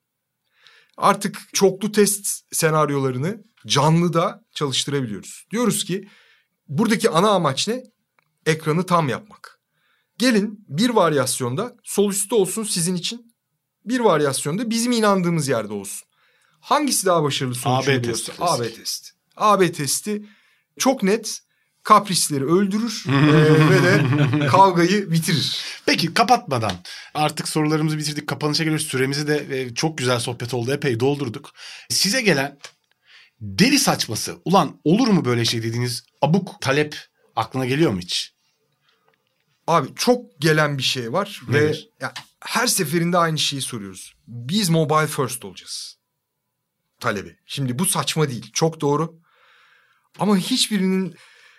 C: Artık çoklu test senaryolarını canlıda çalıştırabiliyoruz. Diyoruz ki buradaki ana amaç ne? Ekranı tam yapmak. Gelin bir varyasyonda sol üstte olsun sizin için. Bir varyasyonda bizim inandığımız yerde olsun. Hangisi daha başarılı sonuç veriyorsa? AB testi. AB testi çok net, kaprisleri öldürür ve de kavgayı bitirir.
B: Peki kapatmadan artık sorularımızı bitirdik. Kapanışa geliyoruz. Süremizi de çok güzel sohbet oldu. Epey doldurduk. Size gelen deli saçması, ulan olur mu böyle şey dediğiniz abuk talep aklına geliyor mu hiç?
C: Abi çok gelen bir şey var.
B: Nedir?
C: Ve her seferinde aynı şeyi soruyoruz. Biz mobile first olacağız talebi. Şimdi bu saçma değil. Çok doğru. Ama hiçbirinin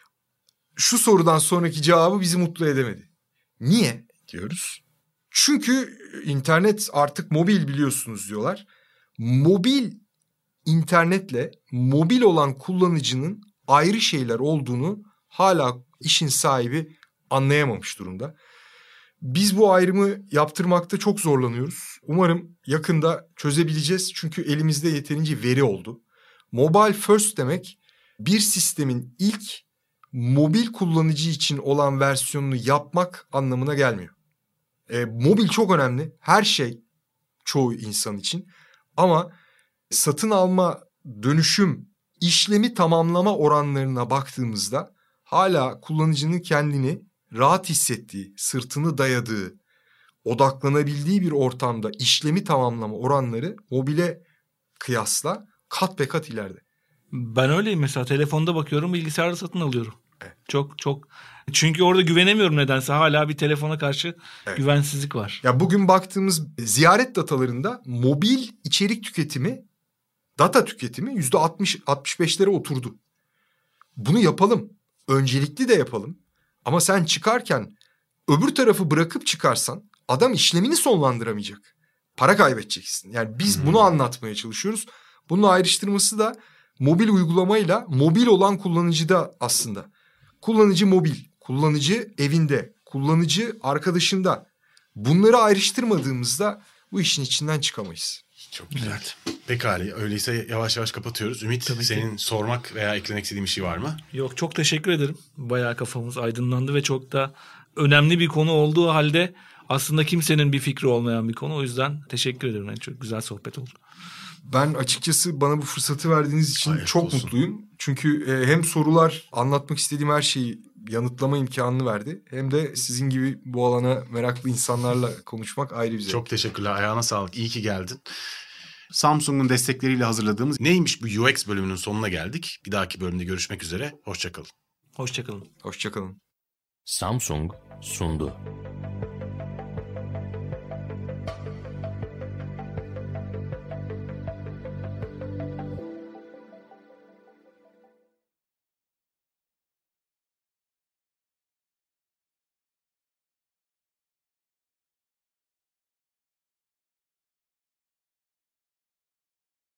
C: şu sorudan sonraki cevabı bizi mutlu edemedi. Niye diyoruz? Çünkü internet artık mobil biliyorsunuz diyorlar. Mobil internetle mobil olan kullanıcının ayrı şeyler olduğunu hala işin sahibi anlayamamış durumda. Biz bu ayrımı yaptırmakta çok zorlanıyoruz. Umarım yakında çözebileceğiz. Çünkü elimizde yeterince veri oldu. Mobile first demek bir sistemin ilk mobil kullanıcı için olan versiyonunu yapmak anlamına gelmiyor. Mobil çok önemli. Her şey çoğu insan için. Ama satın alma, dönüşüm, işlemi tamamlama oranlarına baktığımızda hala kullanıcının kendini rahat hissettiği, sırtını dayadığı, odaklanabildiği bir ortamda işlemi tamamlama oranları mobile kıyasla kat ve kat ileride.
D: Ben öyleyim mesela, telefonda bakıyorum, bilgisayarda satın alıyorum. Evet. Çok. Çünkü orada güvenemiyorum nedense, hala bir telefona karşı güvensizlik var.
C: Ya bugün baktığımız ziyaret datalarında mobil içerik tüketimi, data tüketimi %60-65'lere oturdu. Bunu yapalım. Öncelikli de yapalım. Ama sen çıkarken öbür tarafı bırakıp çıkarsan adam işlemini sonlandıramayacak. Para kaybedeceksin. Yani biz bunu anlatmaya çalışıyoruz. Bunun ayrıştırması da mobil uygulamayla mobil olan kullanıcıda aslında. Kullanıcı mobil. kullanıcı evinde, kullanıcı arkadaşında. Bunları ayrıştırmadığımızda bu işin içinden çıkamayız.
B: Çok güzel. Pekala, öyleyse yavaş yavaş kapatıyoruz. Ümit, senin sormak veya eklemek istediğin bir şey var mı?
D: Yok, çok teşekkür ederim. Bayağı kafamız aydınlandı ve çok da önemli bir konu olduğu halde aslında kimsenin bir fikri olmayan bir konu. O yüzden teşekkür ederim. Yani çok güzel sohbet oldu.
C: Ben açıkçası bana bu fırsatı verdiğiniz için
B: Hayırlı
C: çok
B: olsun.
C: mutluyum. Çünkü hem sorular anlatmak istediğim her şeyi yanıtlama imkanını verdi. Hem de sizin gibi bu alana meraklı insanlarla konuşmak ayrı bir zevk.
B: Çok teşekkürler. Ayağına sağlık. İyi ki geldin. Samsung'un destekleriyle hazırladığımız Neymiş bu UX bölümünün sonuna geldik. Bir dahaki bölümde görüşmek üzere. Hoşça kalın.
D: Hoşçakalın.
C: Hoşça kalın.
A: Samsung sundu.